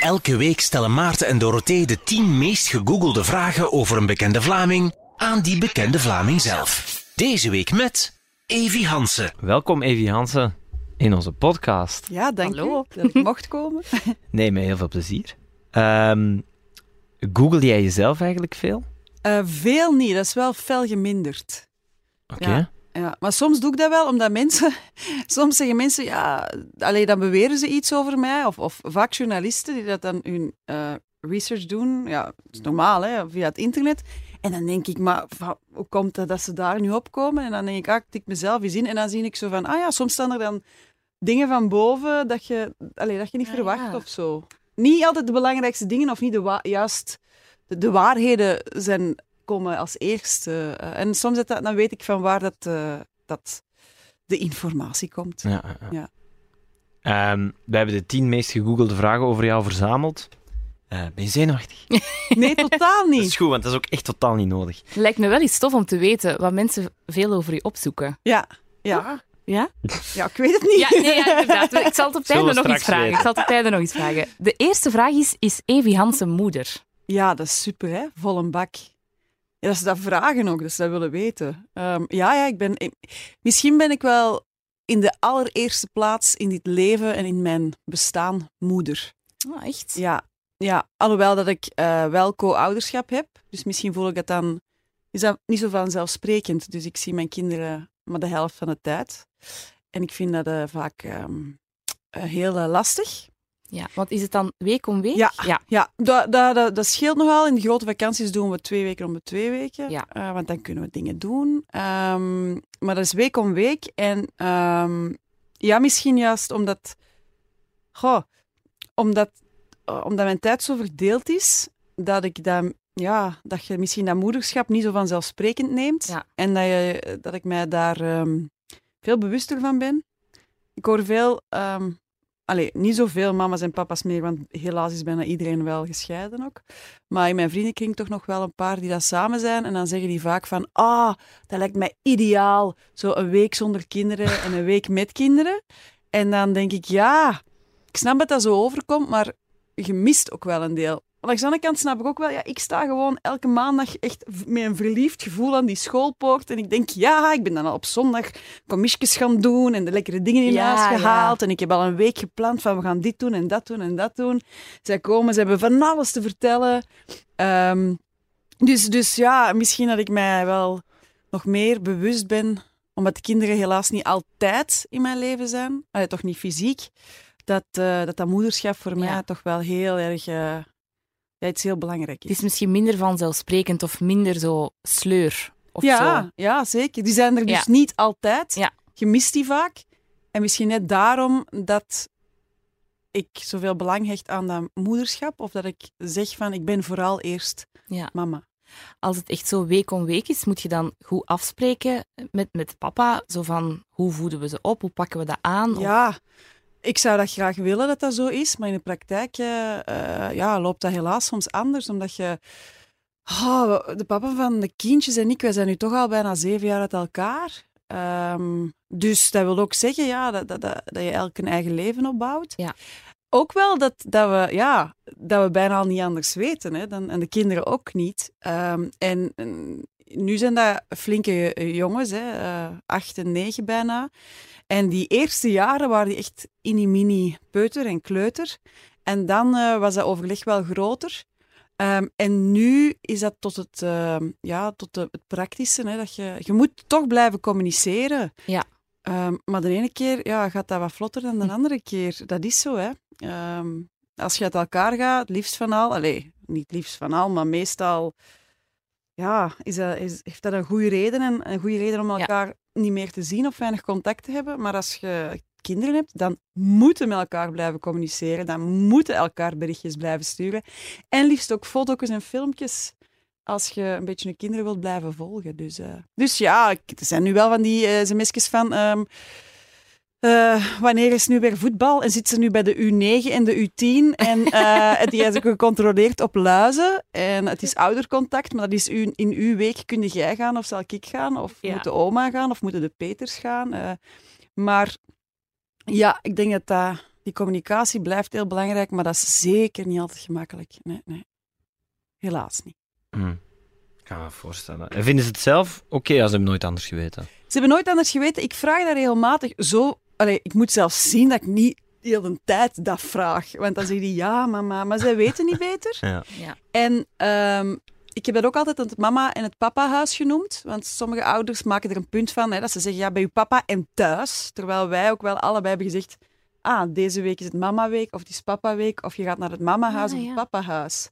Elke week stellen Maarten en Dorothee de 10 meest gegoogelde vragen over een bekende Vlaming aan die bekende Vlaming zelf. Deze week met Evi Hansen. Welkom Evi Hansen in onze podcast. Ja, dank Hallo. u dat ik mocht komen. Nee, met heel veel plezier. Google jij jezelf eigenlijk veel? Veel niet, dat is wel fel geminderd. Oké. Ja, maar soms doe ik dat wel, omdat soms zeggen mensen, ja, dan beweren ze iets over mij, of vaak journalisten die dat dan hun research doen, ja, dat is normaal, hè, via het internet. En dan denk ik, maar hoe komt het dat ze daar nu op komen? En dan denk ik, ik tik mezelf eens in en dan zie ik zo van, soms staan er dan dingen van boven dat je niet verwacht of zo. Niet altijd de belangrijkste dingen, of niet de waarheden komen als eerste. En soms dan weet ik van waar dat de informatie komt. Ja. We hebben de 10 meest gegoogelde vragen over jou verzameld. Ben je zenuwachtig? Nee, totaal niet. Dat is goed, want dat is ook echt totaal niet nodig. Lijkt me wel iets tof om te weten wat mensen veel over je opzoeken. Ja. Ja? Ja, ik weet het niet. Ja, inderdaad. Ik zal het op Zullen we het einde nog iets vragen. De eerste vraag is Evi Hansen moeder? Ja, dat is super, hè. Vol een bak. Ja, dat ze dat vragen ook, dat ze dat willen weten. Misschien ben ik wel in de allereerste plaats in dit leven en in mijn bestaan moeder. Oh, echt? Ja, alhoewel dat ik wel co-ouderschap heb. Dus misschien voel ik het dan... Is dat niet zo vanzelfsprekend. Dus ik zie mijn kinderen maar de helft van de tijd. En ik vind dat vaak heel lastig. Ja, want is het dan week om week? Ja. Dat scheelt nogal. In de grote vakanties doen we 2 weken om de 2 weken. Ja. Want dan kunnen we dingen doen. Maar dat is week om week. En misschien juist omdat mijn tijd zo verdeeld is, dat je misschien dat moederschap niet zo vanzelfsprekend neemt. Ja. En dat ik mij daar veel bewuster van ben. Ik hoor veel... niet zoveel mama's en papa's meer, want helaas is bijna iedereen wel gescheiden ook. Maar in mijn vriendenkring toch nog wel een paar die dat samen zijn. En dan zeggen die vaak van, dat lijkt mij ideaal. Zo een week zonder kinderen en een week met kinderen. En dan denk ik, ik snap dat dat zo overkomt, maar je mist ook wel een deel. Langs de andere kant snap ik ook wel, ik sta gewoon elke maandag echt met een verliefd gevoel aan die schoolpoort. En ik denk, ik ben dan al op zondag commissies gaan doen en de lekkere dingen in huis gehaald. En ik heb al een week gepland van, we gaan dit doen en dat doen en dat doen. Zij komen, ze hebben van alles te vertellen. Dus misschien dat ik mij wel nog meer bewust ben, omdat de kinderen helaas niet altijd in mijn leven zijn. Toch niet fysiek. Dat moederschap voor mij toch wel heel erg... iets heel belangrijk is. Het is misschien minder vanzelfsprekend of minder zo sleur of zo. Ja, zeker. Die zijn er dus niet altijd. Ja. Je mist die vaak. En misschien net daarom dat ik zoveel belang hecht aan dat moederschap. Of dat ik zeg van, ik ben vooral eerst mama. Als het echt zo week om week is, moet je dan goed afspreken met papa. Zo van, hoe voeden we ze op? Hoe pakken we dat aan? Ja, ik zou dat graag willen dat dat zo is, maar in de praktijk loopt dat helaas soms anders, omdat je... de papa van de kindjes en ik, wij zijn nu toch al bijna 7 jaar uit elkaar. Dus dat wil ook zeggen dat je elk een eigen leven opbouwt. Ja. Ook wel dat we bijna al niet anders weten, hè, en de kinderen ook niet. En nu zijn dat flinke jongens, 8 en 9 bijna. En die eerste jaren waren die echt mini peuter en kleuter. En dan was dat overleg wel groter. En nu is dat tot het praktische. Hè, dat je moet toch blijven communiceren. Ja. Maar de ene keer gaat dat wat vlotter dan de andere keer. Dat is zo, hè. Als je uit elkaar gaat, liefst van al... niet liefst van al, maar meestal... heeft dat een goede reden. En een goede reden om elkaar niet meer te zien of weinig contact te hebben. Maar als je kinderen hebt, dan moeten met elkaar blijven communiceren. Dan moeten elkaar berichtjes blijven sturen. En liefst ook foto's en filmpjes als je een beetje je kinderen wilt blijven volgen. Dus er zijn nu wel van die sms'jes van... wanneer is nu weer voetbal? En zit ze nu bij de U9 en de U10? En die is ook gecontroleerd op luizen. En het is oudercontact, maar dat is in uw week kun jij gaan of zal ik gaan? Of moet de oma gaan? Of moeten de Peters gaan? Maar ja, ik denk Die communicatie blijft heel belangrijk, maar dat is zeker niet altijd gemakkelijk. Nee. Helaas niet. Ik kan me voorstellen. En vinden ze het zelf oké als ze hebben nooit anders geweten? Ze hebben nooit anders geweten. Ik vraag dat regelmatig zo... ik moet zelfs zien dat ik niet heel de tijd dat vraag. Want dan zeggen die, ja, mama, maar zij weten niet beter. Ja. En ik heb dat ook altijd het mama- en het papahuis genoemd. Want sommige ouders maken er een punt van, dat ze zeggen, ja, bij uw papa en thuis. Terwijl wij ook wel allebei hebben gezegd, deze week is het mamaweek, of het is papaweek, of je gaat naar het mamahuis of het papahuis.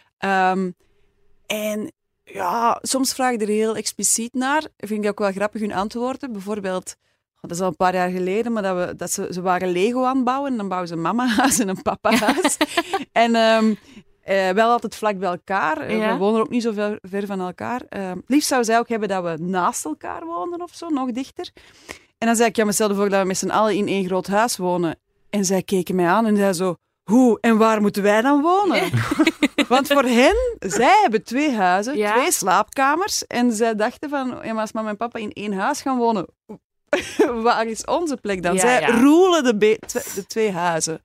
En ja, soms vraag je er heel expliciet naar. Vind ik ook wel grappig hun antwoorden. Bijvoorbeeld, dat is al een paar jaar geleden, maar ze waren Lego aan het bouwen. En dan bouwen ze een mamahuis en een papahuis. En wel altijd vlak bij elkaar. We wonen ook niet zo ver van elkaar. Liefst zou zij ook hebben dat we naast elkaar woonden of zo, nog dichter. En dan zei ik, stel je voor dat we met z'n allen in één groot huis wonen. En zij keken mij aan en zei zo, hoe en waar moeten wij dan wonen? Want voor hen, zij hebben 2 huizen, 2 slaapkamers. En zij dachten van, maar als mama en papa in 1 huis gaan wonen, waar is onze plek dan? Zij roelen de 2 huizen.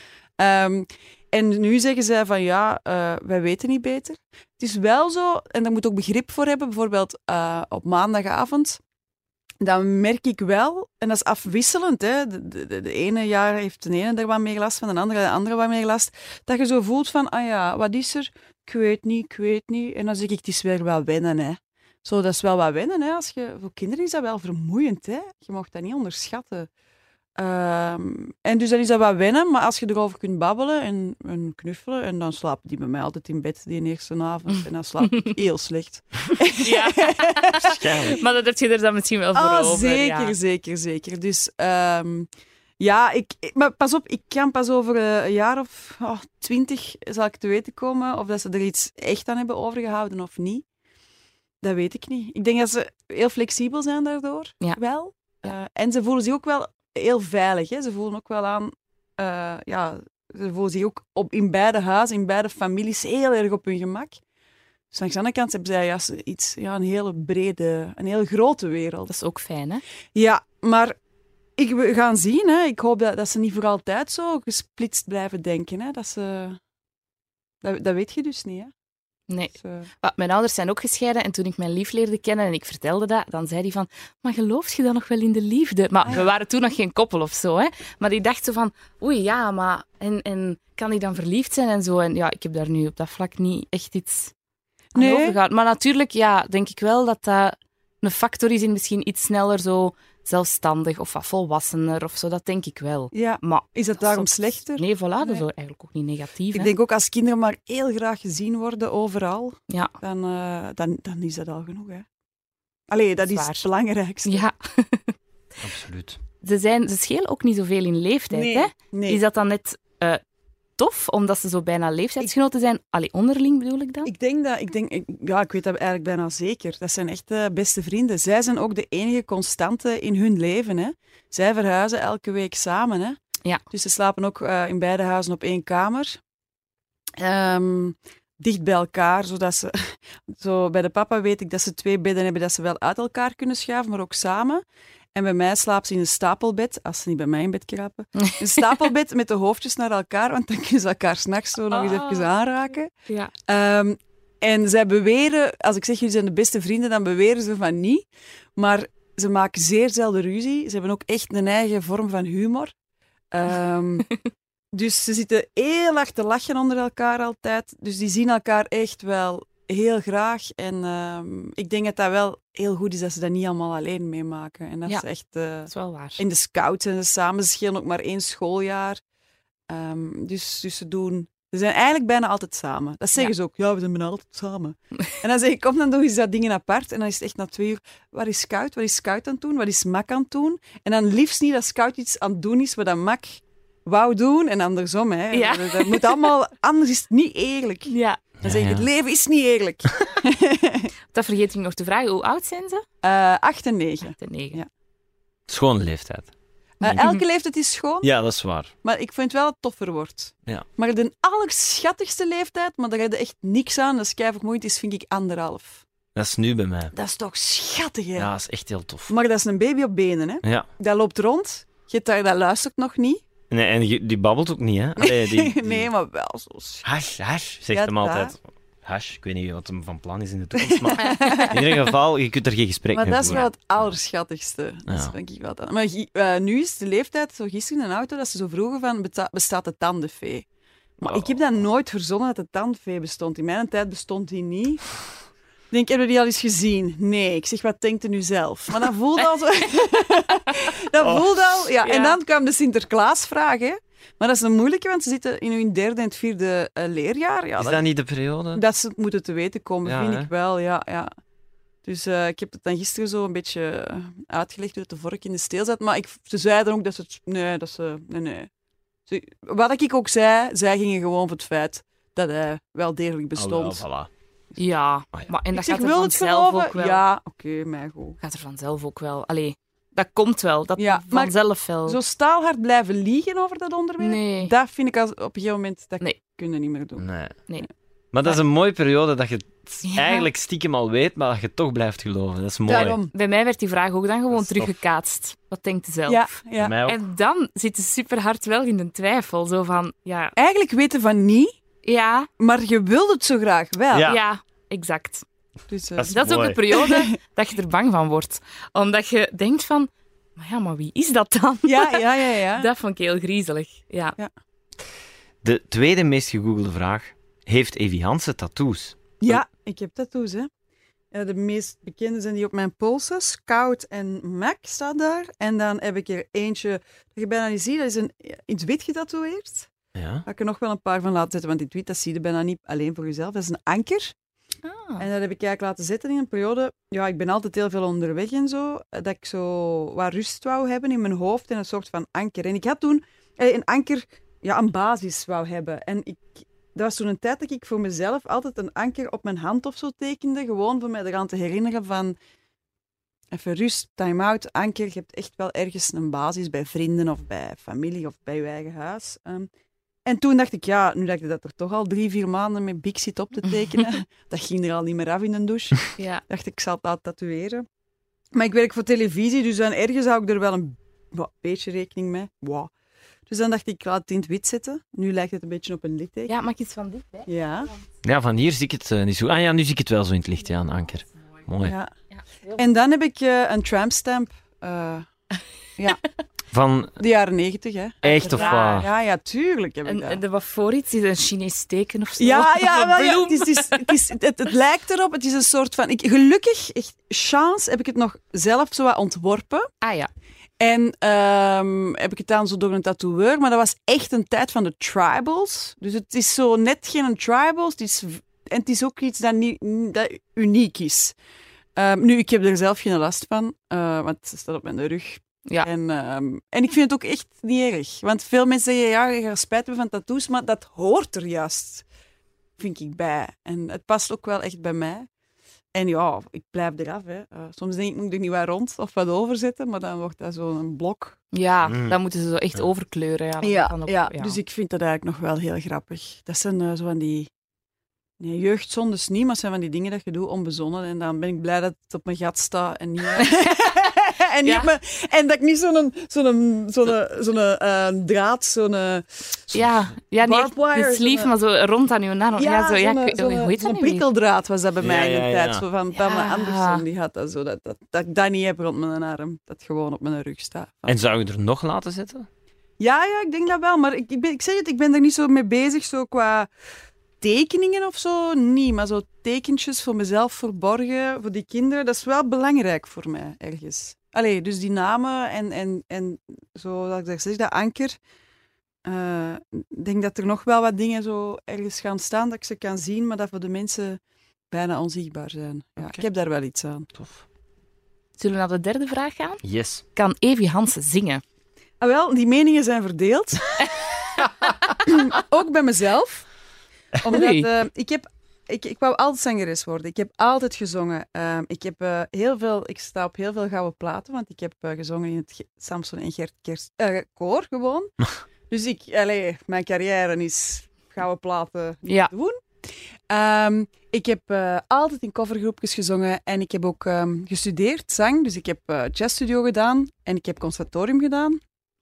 En nu zeggen zij van, wij weten niet beter. Het is wel zo, en daar moet ook begrip voor hebben, bijvoorbeeld op maandagavond, dan merk ik wel, en dat is afwisselend, hè. De ene jaar heeft de ene er wat meer last van, de andere wat meer last, dat je zo voelt van, wat is er? Ik weet niet. En dan zeg ik, het is weer wel wennen, hè. Zo, dat is wel wat wennen, hè. Voor kinderen is dat wel vermoeiend, hè. Je mag dat niet onderschatten. En dus dan is dat wat wennen, maar als je erover kunt babbelen en knuffelen, en dan slapen die bij mij altijd in bed die eerste avond. En dan slaap ik heel slecht. Ja, maar dat heb je er dan misschien wel voor over. Zeker. Dus maar pas op, ik kan pas over een jaar of 20 zal ik te weten komen of dat ze er iets echt aan hebben overgehouden of niet. Dat weet ik niet. Ik denk dat ze heel flexibel zijn daardoor. Ja. Wel. En ze voelen zich ook wel heel veilig. Hè. Ze voelen ook wel aan... ze voelen zich ook in beide huizen, in beide families heel erg op hun gemak. Dus aan de andere kant hebben zij juist een hele brede, een hele grote wereld. Dat is ook fijn, hè? Ja, maar we gaan zien. Hè. Ik hoop dat ze niet voor altijd zo gesplitst blijven denken. Hè. Dat weet je dus niet, hè. Nee. Mijn ouders zijn ook gescheiden en toen ik mijn lief leerde kennen en ik vertelde dat, dan zei hij van, maar geloof je dan nog wel in de liefde? Maar we waren toen nog geen koppel of zo, hè. Maar die dacht zo van, oei, ja, maar en kan die dan verliefd zijn en zo? En ja, ik heb daar nu op dat vlak niet echt iets aan overgehouden. Maar natuurlijk, denk ik wel dat dat een factor is in misschien iets sneller zo zelfstandig of wat volwassener of zo, dat denk ik wel. Ja, maar is dat daarom slechter? Nee, voilà, dat is eigenlijk ook niet negatief. Ik denk ook als kinderen maar heel graag gezien worden overal, dan is dat al genoeg. Hè? Allee, dat is het belangrijkste. Ja. Absoluut. Ze schelen ook niet zoveel in leeftijd, hè? Nee. Is dat dan net tof, omdat ze zo bijna leeftijdsgenoten zijn? Allee, onderling bedoel ik dan? Ik weet dat eigenlijk bijna zeker. Dat zijn echt beste vrienden. Zij zijn ook de enige constante in hun leven. Hè. Zij verhuizen elke week samen. Hè. Ja. Dus ze slapen ook in beide huizen op 1 kamer. Dicht bij elkaar, zodat ze... Zo, bij de papa weet ik dat ze 2 bedden hebben dat ze wel uit elkaar kunnen schuiven, maar ook samen. En bij mij slaapt ze in een stapelbed, als ze niet bij mij in bed krappen. Een stapelbed met de hoofdjes naar elkaar, want dan kunnen ze elkaar 's nachts zo nog eens even aanraken. Ja. En zij beweren, als ik zeg jullie zijn de beste vrienden, dan beweren ze van niet. Maar ze maken zeer zelden ruzie. Ze hebben ook echt een eigen vorm van humor. Dus ze zitten heel hard te lachen onder elkaar altijd. Dus die zien elkaar echt wel heel graag. En ik denk dat dat wel heel goed is dat ze dat niet allemaal alleen meemaken. En dat is echt... dat is wel waar. In de scouts zijn ze samen. Ze schelen ook maar 1 schooljaar. Dus ze doen... Ze zijn eigenlijk bijna altijd samen. Dat zeggen ze ook. Ja, we zijn bijna altijd samen. En dan zeg ik, kom, dan doen ze dat dingen apart. En dan is het echt na 2 uur... Wat is Scout? Wat is Scout aan het doen? Wat is Mak aan het doen? En dan liefst niet dat Scout iets aan het doen is wat dan Mak wou doen. En andersom, hè. Ja. Dat moet allemaal... Anders is het niet eerlijk. Ja. Dan zeg ik, het leven is niet eerlijk. Dat vergeet ik nog te vragen. Hoe oud zijn ze? 8 en 9. 8 en 9. Ja. Schone leeftijd. Elke leeftijd is schoon. Ja, dat is waar. Maar ik vind wel dat het toffer wordt. Ja. Maar de allerschattigste leeftijd, maar daar heb je echt niks aan, dat is keivermoeiend, is vind ik 1,5. Dat is nu bij mij. Dat is toch schattig, hè? Ja, dat is echt heel tof. Maar dat is een baby op benen, hè? Ja. Dat loopt rond. Dat luistert nog niet. Nee, en die babbelt ook niet, hè? Allee, die... Nee, maar wel zo. Hash, zegt Ja, hem altijd. Hash, ik weet niet wat hem van plan is in de toekomst, maar in ieder geval, je kunt er geen gesprek Maar mee dat is wel voeren. het allerschattigste. Dat Ja. vind ik wel. Maar nu is de leeftijd, zo gisteren in een auto, dat ze zo vroegen van, bestaat de tandenfee? Maar ik heb dat nooit verzonnen dat de tandenfee bestond. In mijn tijd bestond die niet. Ik denk, hebben die al eens gezien? Nee. Ik zeg, wat denkt u nu zelf? Maar dat voelde al zo... dat voelde al... Ja. En dan kwam de Sinterklaasvraag, hè. Maar dat is een moeilijke, want ze zitten in hun 3e en 4e leerjaar. Ja, Is dat niet de periode? dat ze het moeten te weten komen, Ja, vind hè? ik wel, ja. Dus ik heb het dan gisteren zo een beetje uitgelegd hoe de vork in de steel zat. Maar ze zeiden ook dat ze het... Nee. Wat ik ook zei, zij gingen gewoon voor het feit dat hij wel degelijk bestond. Voilà. Ja, Ah, ja. maar en dat Ik gaat er wil het vanzelf geloven. ook wel. Ja, oké, mij goed. Gaat er vanzelf ook wel. Allee, dat komt wel. Dat Ja, maar vanzelf wel. Zo staalhard blijven liegen over dat onderwerp, Nee. dat vind ik op een gegeven moment, dat Nee. kunnen niet meer doen. Nee. Nee. Maar dat is een mooie periode dat je het Ja. eigenlijk stiekem al weet, maar dat je toch blijft geloven. Dat is mooi. Daarom. Bij mij werd die vraag ook dan Dat gewoon is tof. teruggekaatst. Wat denkt u zelf? Ja. Bij mij ook. En dan zit je super hard wel in de twijfel. Zo van, ja, Eigenlijk weten van niet, ja, maar je wilt het zo graag wel. Ja. ja, exact. Dus, Dat is Dat is ook mooi. de periode dat je er bang van wordt. Omdat je denkt van, maar wie is dat dan? ja. Dat vond ik heel griezelig. Ja. De tweede meest gegoogelde vraag. Heeft Evi Hansen tattoos? Ja, ik heb tattoos, hè. De meest bekende zijn die op mijn polsen. Scout en Mac staat daar. En dan heb ik er eentje, dat je bijna niet ziet, dat is in het wit getatoeëerd. Ja. Ga ik er nog wel een paar van laten zetten, want in het wit, dat zie je bijna niet alleen voor jezelf. Dat is een anker. Ah. En dat heb ik eigenlijk laten zetten in een periode. Ja, ik ben altijd heel veel onderweg en zo. Dat ik zo wat rust wou hebben in mijn hoofd en een soort van anker. En ik had toen een anker, ja, een basis wou hebben. En dat was toen een tijd dat ik voor mezelf altijd een anker op mijn hand of zo tekende. Gewoon voor mij eraan te herinneren van... Even rust, time-out, anker. Je hebt echt wel ergens een basis bij vrienden of bij familie of bij je eigen huis. En toen dacht ik, ja, nu dat ik dat er toch al 3-4 maanden met Big zit op te tekenen, dat ging er al niet meer af in een douche, Ja. dacht ik zal het tatoeëren. Maar ik werk voor televisie, dus dan ergens hou ik er wel een beetje rekening mee. Wow. Dus dan dacht ik laat het in het wit zetten. Nu lijkt het een beetje op een litteken. Ja, maak iets van dit, hè? Ja. Ja, van hier zie ik het niet zo. Ah ja, nu zie ik het wel zo in het licht, ja, een anker. Mooi. Ja. Ja. En dan heb ik een trampstamp. Ja, Van de jaren 90, hè. echt of Ja. wat? Ja, tuurlijk heb ik dat. En wat voor iets? Is het een Chinees teken of zo? Ja, Of een wel, ja. bloem? Het lijkt erop. Het is een soort van... gelukkig, echt chance, heb ik het nog zelf zo wat ontworpen. Ah ja. En heb ik het dan zo door een tatoeëur. Maar dat was echt een tijd van de tribals. Dus het is zo net geen tribals. En het is ook iets dat uniek is. Nu, ik heb er zelf geen last van. Want het staat op mijn rug. Ja. En ik vind het ook echt niet erg. Want veel mensen zeggen, ja, je gaat spijt hebben van tattoos. Maar dat hoort er juist, vind ik, bij. En het past ook wel echt bij mij. En ja, ik blijf eraf. Hè. Soms denk ik, moet ik er niet wat rond of wat overzetten. Maar dan wordt dat zo'n blok. Ja, Mm. dan moeten ze zo echt overkleuren. Ja, dan ook- Dus ik vind dat eigenlijk nog wel heel grappig. Dat zijn zo van die... Nee, jeugdzondes niet, maar het zijn van die dingen dat je doet onbezonnen. En dan ben ik blij dat het op mijn gat staat en niet... en, niet Ja. op en dat ik niet zo'n draad, Ja, niet barbed echt wire, de sleeve, zo'n- maar zo rond aan je arm. Ja, zo, ja, hoe heet zo'n dat nu weer? prikkeldraad was dat bij mij Ja, in de ja, tijd. ja. Zo van Ja. Pamela Anderson, die had dat zo. Dat ik dat niet heb rond mijn arm. Dat gewoon op mijn rug staat. En zou je er nog laten zitten? Ja, ik denk dat wel. Maar ik zeg het, ik ben er niet zo mee bezig, zo qua tekeningen of zo. Niet, maar zo tekentjes voor mezelf verborgen, voor die kinderen. Dat is wel belangrijk voor mij, ergens. Allee, dus die namen en zo, dat ik daar zeg, dat anker. Ik denk dat er nog wel wat dingen zo ergens gaan staan, dat ik ze kan zien, maar dat voor de mensen bijna onzichtbaar zijn. Ja, Oké. Ik heb daar wel iets aan. Tof. Zullen we naar de derde vraag gaan? Yes. Kan Evi Hansen zingen? Ah, wel, die meningen zijn verdeeld. Ook bij mezelf. Omdat Oei. ik wou altijd zangeres worden. Ik heb altijd gezongen. Ik sta op heel veel gouden platen, want ik heb gezongen in het Samson en Gert koor gewoon. Dus mijn carrière is gouden platen Ja. doen. Ik heb altijd in covergroepjes gezongen en ik heb ook gestudeerd, zang. Dus ik heb jazzstudio gedaan en ik heb conservatorium gedaan.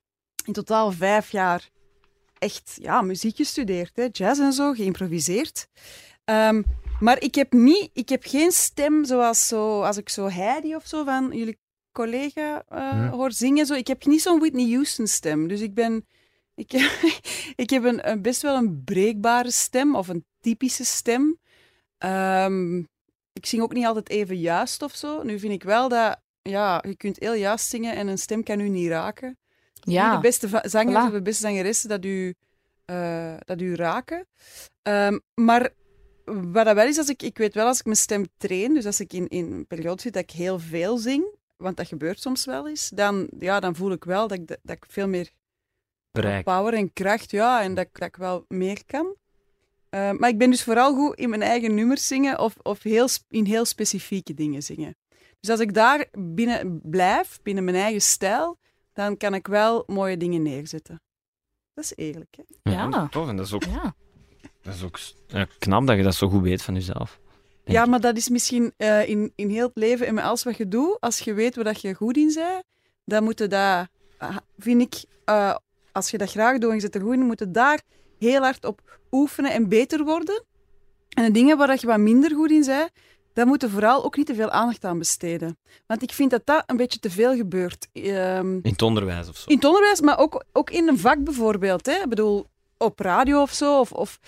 in totaal 5 jaar echt muziek gestudeerd. Hè? Jazz en zo, geïmproviseerd. Maar ik heb geen stem zoals als ik zo Heidi of zo van jullie collega hoor zingen. Zo. Ik heb niet zo'n Whitney Houston stem. Dus ik heb best wel een breekbare stem of een typische stem. Ik zing ook niet altijd even juist of zo. Nu vind ik wel dat je kunt heel juist zingen en een stem kan u niet raken. Ja. De beste zangers of de beste zangeressen dat u raken. Maar wat dat wel is, ik weet wel als ik mijn stem train, dus als ik in een periode zit dat ik heel veel zing, want dat gebeurt soms wel eens, dan voel ik wel dat ik veel meer Bereik. power en kracht, en dat ik wel meer kan. Maar ik ben dus vooral goed in mijn eigen nummers zingen of in heel specifieke dingen zingen. Dus als ik daar binnen blijf, binnen mijn eigen stijl, dan kan ik wel mooie dingen neerzetten. Dat is eerlijk, hè? Ja, tof. En dat is ook knap dat je dat zo goed weet van jezelf. Ja, maar dat is misschien in heel het leven en met alles wat je doet, als je weet waar je goed in bent, dan moet je dat, vind ik, als je dat graag doet en je zit er goed in, moet je daar heel hard op oefenen en beter worden. En de dingen waar je wat minder goed in bent, daar moet je vooral ook niet te veel aandacht aan besteden. Want ik vind dat een beetje te veel gebeurt. In het onderwijs of zo. In het onderwijs, maar ook in een vak bijvoorbeeld. Hè. Ik bedoel, op radio of zo.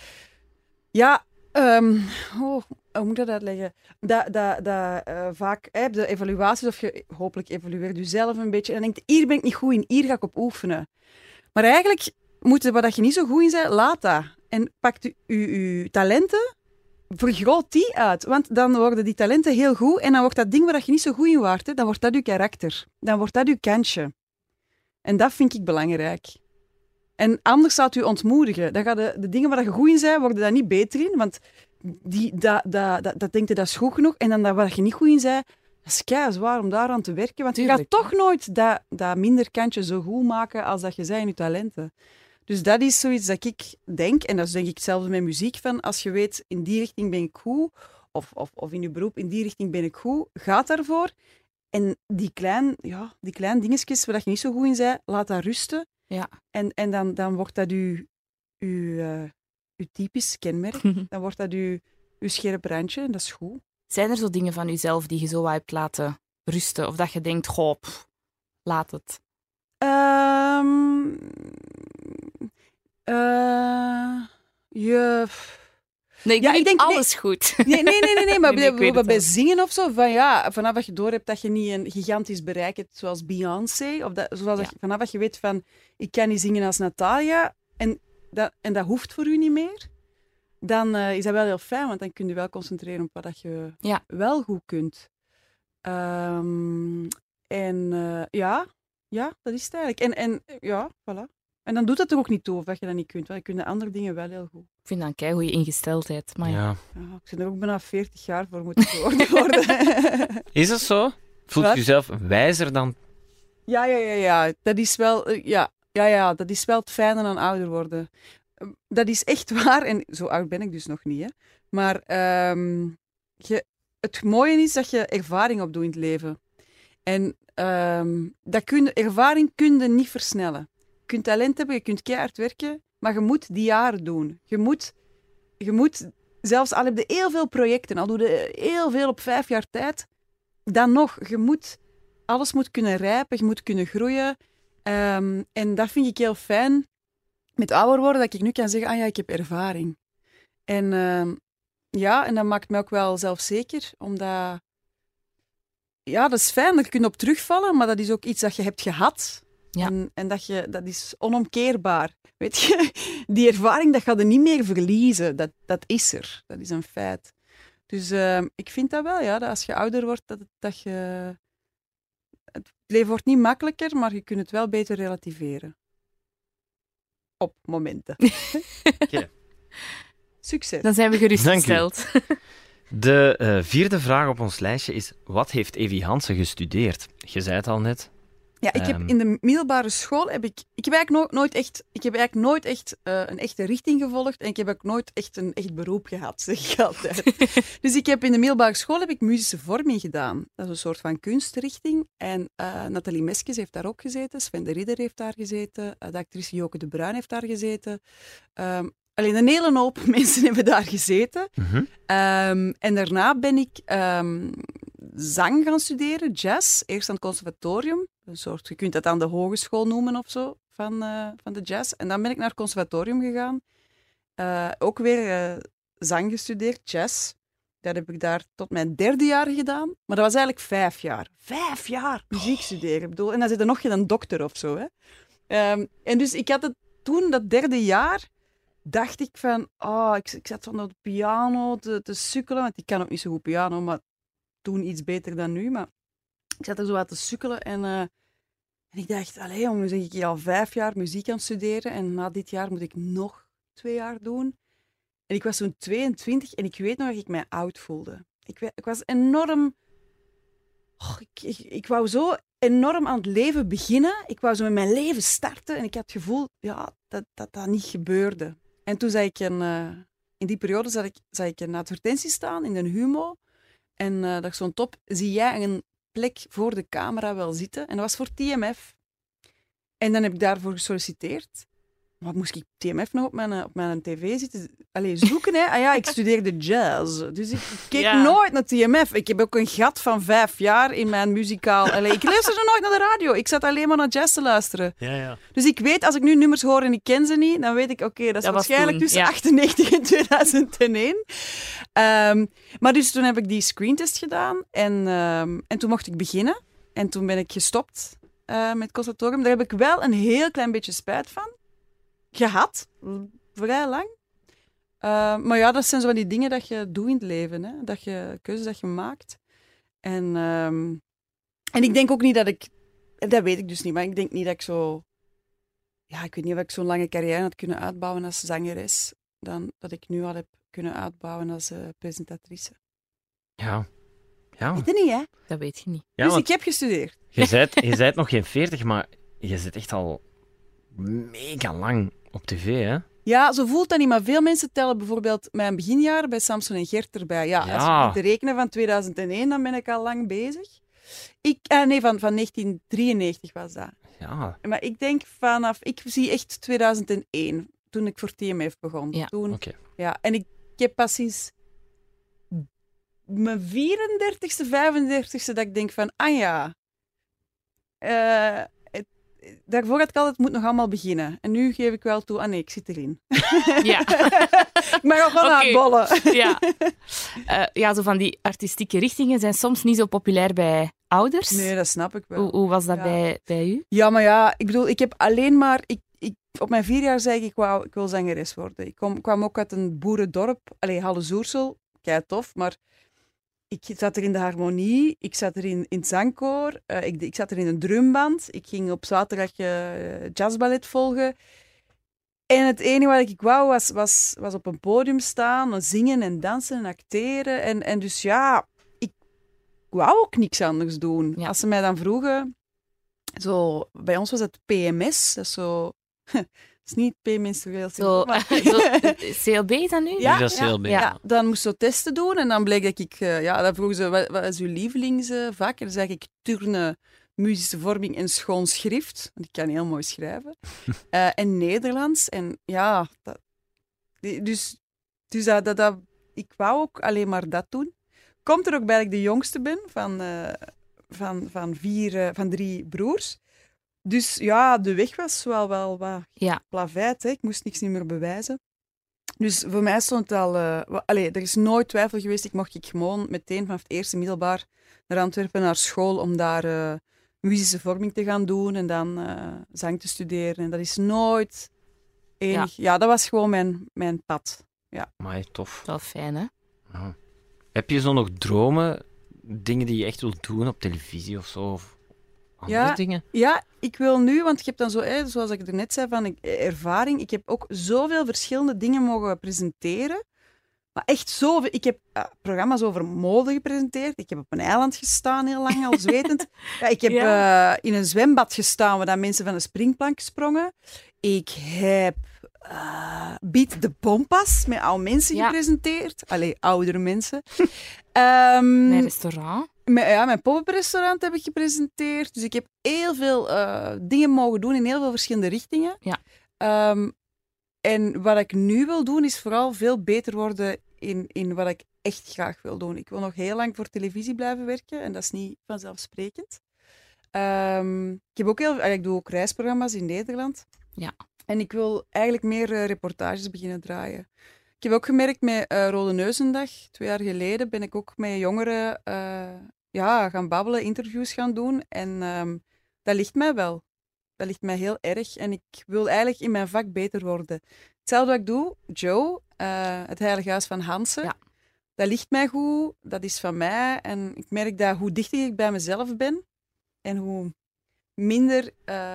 Hoe moet ik dat uitleggen? Vaak heb je evaluaties, of je hopelijk evalueert jezelf een beetje. En dan denk je, hier ben ik niet goed in, hier ga ik op oefenen. Maar eigenlijk moet je, wat je niet zo goed in bent, laat dat. En pak je talenten, vergroot die uit. Want dan worden die talenten heel goed en dan wordt dat ding waar je niet zo goed in waart, dan wordt dat je karakter. Dan wordt dat je kantje. En dat vind ik belangrijk. En anders zou het u ontmoedigen. Dan gaan de dingen waar je goed in bent, worden daar niet beter in. Want dat denkt je, dat is goed genoeg. En dan waar je niet goed in bent, dat is kei zwaar om daaraan te werken. Want je gaat toch nooit dat minder kantje zo goed maken als dat je zei in je talenten. Dus dat is zoiets dat ik denk, en dat is denk ik hetzelfde met muziek, van als je weet, in die richting ben ik goed, of in je beroep, in die richting ben ik goed, ga daarvoor. En die kleine dingetjes waar je niet zo goed in bent, laat dat rusten. Ja. En dan wordt dat uw typisch kenmerk. Dan wordt dat uw scherp randje en dat is goed. Zijn er zo dingen van jezelf die je zo hebt laten rusten? Of dat je denkt, laat het? Nee, ik denk alles goed. Nee, maar bij zingen of zo, vanaf dat je door hebt dat je niet een gigantisch bereik hebt zoals Beyoncé, of vanaf dat je weet van, ik kan niet zingen als Natalia, en dat hoeft voor u niet meer, dan is dat wel heel fijn, want dan kun je wel concentreren op wat je wel goed kunt. Dat is het eigenlijk. En voilà. En dan doet dat er ook niet toe of dat je dat niet kunt, want je kunt de andere dingen wel heel goed. Ik vind dat een keigoeie ingesteldheid. Maar ja. Ik ben er ook bijna 40 jaar voor moeten geworden worden. Is dat zo? Voelt je jezelf wijzer dan? Ja. Dat is wel, dat is wel het fijne aan ouder worden. Dat is echt waar. En zo oud ben ik dus nog niet. Hè. Maar het mooie is dat je ervaring opdoet in het leven. En ervaring kun je niet versnellen. Je kunt talent hebben, je kunt keihard werken, maar je moet die jaren doen. Je moet zelfs al heb je heel veel projecten, al doe je heel veel op 5 jaar tijd, dan nog, alles moet kunnen rijpen, je moet kunnen groeien. En dat vind ik heel fijn met ouder worden, dat ik nu kan zeggen, ik heb ervaring. En dat maakt me ook wel zelfzeker, omdat dat is fijn, daar kun je op terugvallen, maar dat is ook iets dat je hebt gehad. Ja. En dat is onomkeerbaar. Weet je, die ervaring, dat ga je niet meer verliezen. Dat is er. Dat is een feit. Dus ik vind dat wel, dat als je ouder wordt, dat je... Het leven wordt niet makkelijker, maar je kunt het wel beter relativeren. Op momenten. Okay. Succes. Dan zijn we gerustgesteld. De 4e vraag op ons lijstje is: wat heeft Evie Hansen gestudeerd? Je zei het al net. Ja, ik heb in de middelbare school ik heb eigenlijk nooit echt een echte richting gevolgd en ik heb ook nooit echt een echt beroep gehad, zeg ik altijd. Dus ik heb in de middelbare school musische vorming gedaan. Dat is een soort van kunstrichting. En Nathalie Meskes heeft daar ook gezeten, Sven de Ridder heeft daar gezeten, de actrice Joke de Bruin heeft daar gezeten. Alleen een hele hoop mensen hebben daar gezeten. En daarna ben ik zang gaan studeren, jazz, eerst aan het conservatorium. Een soort, je kunt dat aan de hogeschool noemen of zo, van de jazz. En dan ben ik naar het conservatorium gegaan. Ook weer zang gestudeerd, jazz. Dat heb ik daar tot mijn 3e jaar gedaan. Maar dat was eigenlijk 5 jaar. 5 jaar muziek studeren. Ik bedoel, en dan zit er nog geen dokter of zo. Hè. En dus ik had het toen, dat 3e jaar, dacht ik van... ik zat van op de piano te sukkelen, want ik kan ook niet zo goed piano, maar toen iets beter dan nu. Maar ik zat er zo aan te sukkelen en ik dacht, allee jongen, nu zeg ik al 5 jaar muziek aan het studeren en na dit jaar moet ik nog 2 jaar doen. En ik was toen 22 en ik weet nog dat ik mij oud voelde. Ik was enorm... Ik wou zo enorm aan het leven beginnen. Ik wou zo met mijn leven starten en ik had het gevoel dat niet gebeurde. En toen zag ik in die periode zag ik een advertentie staan in de Humo. En daar stond op, zie jij een plek voor de camera wel zitten? En dat was voor TMF. En dan heb ik daarvoor gesolliciteerd. Wat moest ik TMF nog op mijn tv zitten? Zoeken, hè? Ah ja, ik studeerde jazz. Dus ik keek nooit naar TMF. Ik heb ook een gat van 5 jaar in mijn muzikaal... ik luisterde nooit naar de radio. Ik zat alleen maar naar jazz te luisteren. Ja. Dus ik weet, als ik nu nummers hoor en ik ken ze niet, dan weet ik, oké, dat is waarschijnlijk tussen 98 en 2001. Maar dus toen heb ik die screentest gedaan en toen mocht ik beginnen. En toen ben ik gestopt met het conservatorium. Daar heb ik wel een heel klein beetje spijt van gehad, vrij lang. Maar ja, dat zijn zo van die dingen dat je doet in het leven, hè? Keuzes dat je maakt. En ik denk ook niet dat weet ik dus niet, maar ik denk niet dat ik zo... Ja, ik weet niet of ik zo'n lange carrière had kunnen uitbouwen als zangeres, dan dat ik nu al heb kunnen uitbouwen als presentatrice. Ja. Weet je niet, hè? Dat weet je niet. Ja, dus ik heb gestudeerd. Je bent nog geen 40, maar je zit echt al mega lang op tv, hè? Ja, zo voelt dat niet, maar veel mensen tellen bijvoorbeeld mijn beginjaren bij Samson en Gert erbij. Ja, als je moet rekenen van 2001, dan ben ik al lang bezig. Van 1993 was dat. Ja. Maar ik denk ik zie echt 2001, toen ik voor TMF begon. Ja. Ja, en ik heb pas sinds mijn 34ste, 35ste dat ik denk van, daarvoor had ik altijd, het moet nog allemaal beginnen. En nu geef ik wel toe, nee, ik zit erin. Ja. Ik mag ook wel uitbollen. Ja. Zo van die artistieke richtingen zijn soms niet zo populair bij ouders. Nee, dat snap ik wel. Hoe was dat bij u? Ja, maar ja, ik bedoel, ik heb alleen maar... op mijn 4 jaar zei ik wil zangeres worden. Ik kwam ook uit een boerendorp. Halle-Zoersel, kei tof, maar... Ik zat er in de harmonie, ik zat er in het zangkoor, ik zat er in een drumband. Ik ging op zaterdag jazzballet volgen. En het enige wat ik wou was op een podium staan, zingen en dansen en acteren. En dus ja, ik wou ook niks anders doen. Ja. Als ze mij dan vroegen... bij ons was het PMS, dat is zo... Het is niet premenstrueel syndroom. CLB is dat nu? Ja, dat is CLB. Ja, dan moest ze testen doen en dan bleek dat ik... dan vroegen ze, wat is uw lievelingsvak? En dan zei ik turnen, muzische vorming en schoon schrift. Want ik kan heel mooi schrijven. En Nederlands. En ja, ik wou ook alleen maar dat doen. Komt er ook bij dat ik de jongste ben van 3 broers. Dus ja, de weg was wel wat plaveid. Hè. Ik moest niks meer bewijzen. Dus voor mij stond het al... er is nooit twijfel geweest. Ik mocht gewoon meteen vanaf het eerste middelbaar naar Antwerpen, naar school, om daar muzische vorming te gaan doen en dan zang te studeren. En dat is nooit enig. Ja, dat was gewoon mijn pad. Ja. Amai, tof. Wel fijn, hè? Ja. Heb je zo nog dromen, dingen die je echt wilt doen op televisie of zo? Of andere dingen? Ja, ik wil nu, want ik heb dan zo, zoals ik er net zei, van ervaring. Ik heb ook zoveel verschillende dingen mogen presenteren. Maar echt zoveel. Ik heb programma's over mode gepresenteerd. Ik heb op een eiland gestaan heel lang, al zwetend. Ik heb in een zwembad gestaan waar mensen van een springplank sprongen. Ik heb Beat the Bompas met oude mensen gepresenteerd. Allee, oudere mensen. Mijn restaurant. Mijn pop-up restaurant heb ik gepresenteerd. Dus ik heb heel veel dingen mogen doen in heel veel verschillende richtingen. Ja. En wat ik nu wil doen, is vooral veel beter worden in wat ik echt graag wil doen. Ik wil nog heel lang voor televisie blijven werken en dat is niet vanzelfsprekend. Ik doe ook reisprogramma's in Nederland. Ja. En ik wil eigenlijk meer reportages beginnen draaien. Ik heb ook gemerkt met Rode Neuzendag, 2 jaar geleden, ben ik ook met jongeren gaan babbelen, interviews gaan doen. En dat ligt mij wel. Dat ligt mij heel erg. En ik wil eigenlijk in mijn vak beter worden. Hetzelfde wat ik doe, Joe, het Heilige Huis van Hansen. Ja. Dat ligt mij goed, dat is van mij. En ik merk dat hoe dichter ik bij mezelf ben en hoe minder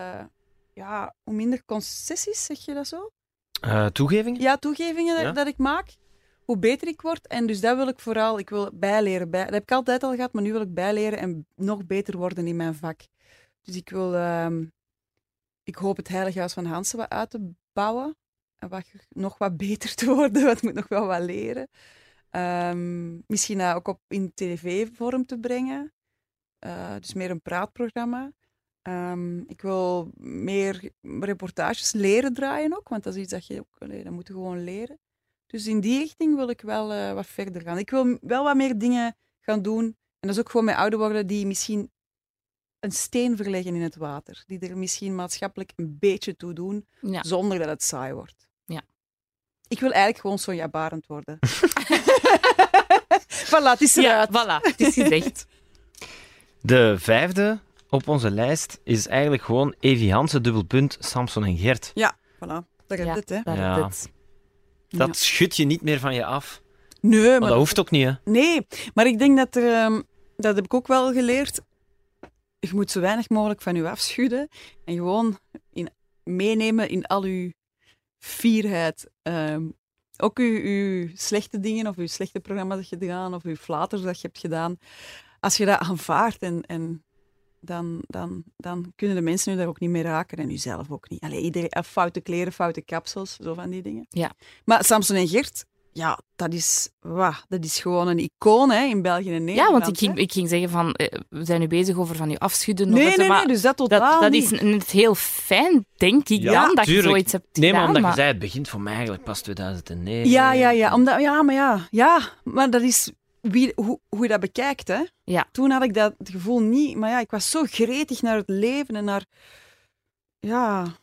concessies, zeg je dat zo? Toegevingen? Ja, toegevingen dat ik maak, hoe beter ik word. En dus dat wil ik vooral, ik wil bijleren. Dat heb ik altijd al gehad, maar nu wil ik bijleren en nog beter worden in mijn vak. Dus ik wil, ik hoop het Heilige Huis van Hansen wat uit te bouwen. En nog wat beter te worden, want ik moet nog wel wat leren. Misschien dat ook in tv-vorm te brengen. Dus meer een praatprogramma. Ik wil meer reportages leren draaien ook, want dat is iets dat je ook, dat moet je gewoon leren. Dus in die richting wil ik wel wat verder gaan. Ik wil wel wat meer dingen gaan doen, en dat is ook gewoon met ouder worden, die misschien een steen verleggen in het water. Die er misschien maatschappelijk een beetje toe doen, zonder dat het saai wordt. Ja. Ik wil eigenlijk gewoon Sonja Barend worden. Voilà, het is eruit. Ja, voilà, het is gezegd. De 5e op onze lijst is eigenlijk gewoon Evi Hansen, Samson en Gert. Ja, voilà. Dat is het, hè. Dat schud je niet meer van je af. Nee, maar dat hoeft ook niet, hè? Nee, maar ik denk dat dat heb ik ook wel geleerd. Je moet zo weinig mogelijk van je afschudden en gewoon meenemen in al je fierheid. Ook uw slechte dingen of uw slechte programma's dat je hebt gedaan of uw flaters dat je hebt gedaan. Als je dat aanvaardt en dan kunnen de mensen u daar ook niet mee raken en u zelf ook niet. Allee, iedereen, foute kleren, foute kapsels, zo van die dingen. Ja. Maar Samson en Gert, ja, dat is gewoon een icoon hè, in België en Nederland. Ja, want ik ging zeggen van, we zijn nu bezig over van je afschudden. Nee, dus dat totaal dat niet. is net heel fijn, denk ik, dan, dat je zoiets hebt gedaan. Nee, maar omdat je zei, het begint voor mij eigenlijk pas 2009. Ja, maar dat is hoe je dat bekijkt, hè. Ja. Toen had ik dat gevoel niet, maar ja, ik was zo gretig naar het leven en naar... Ja,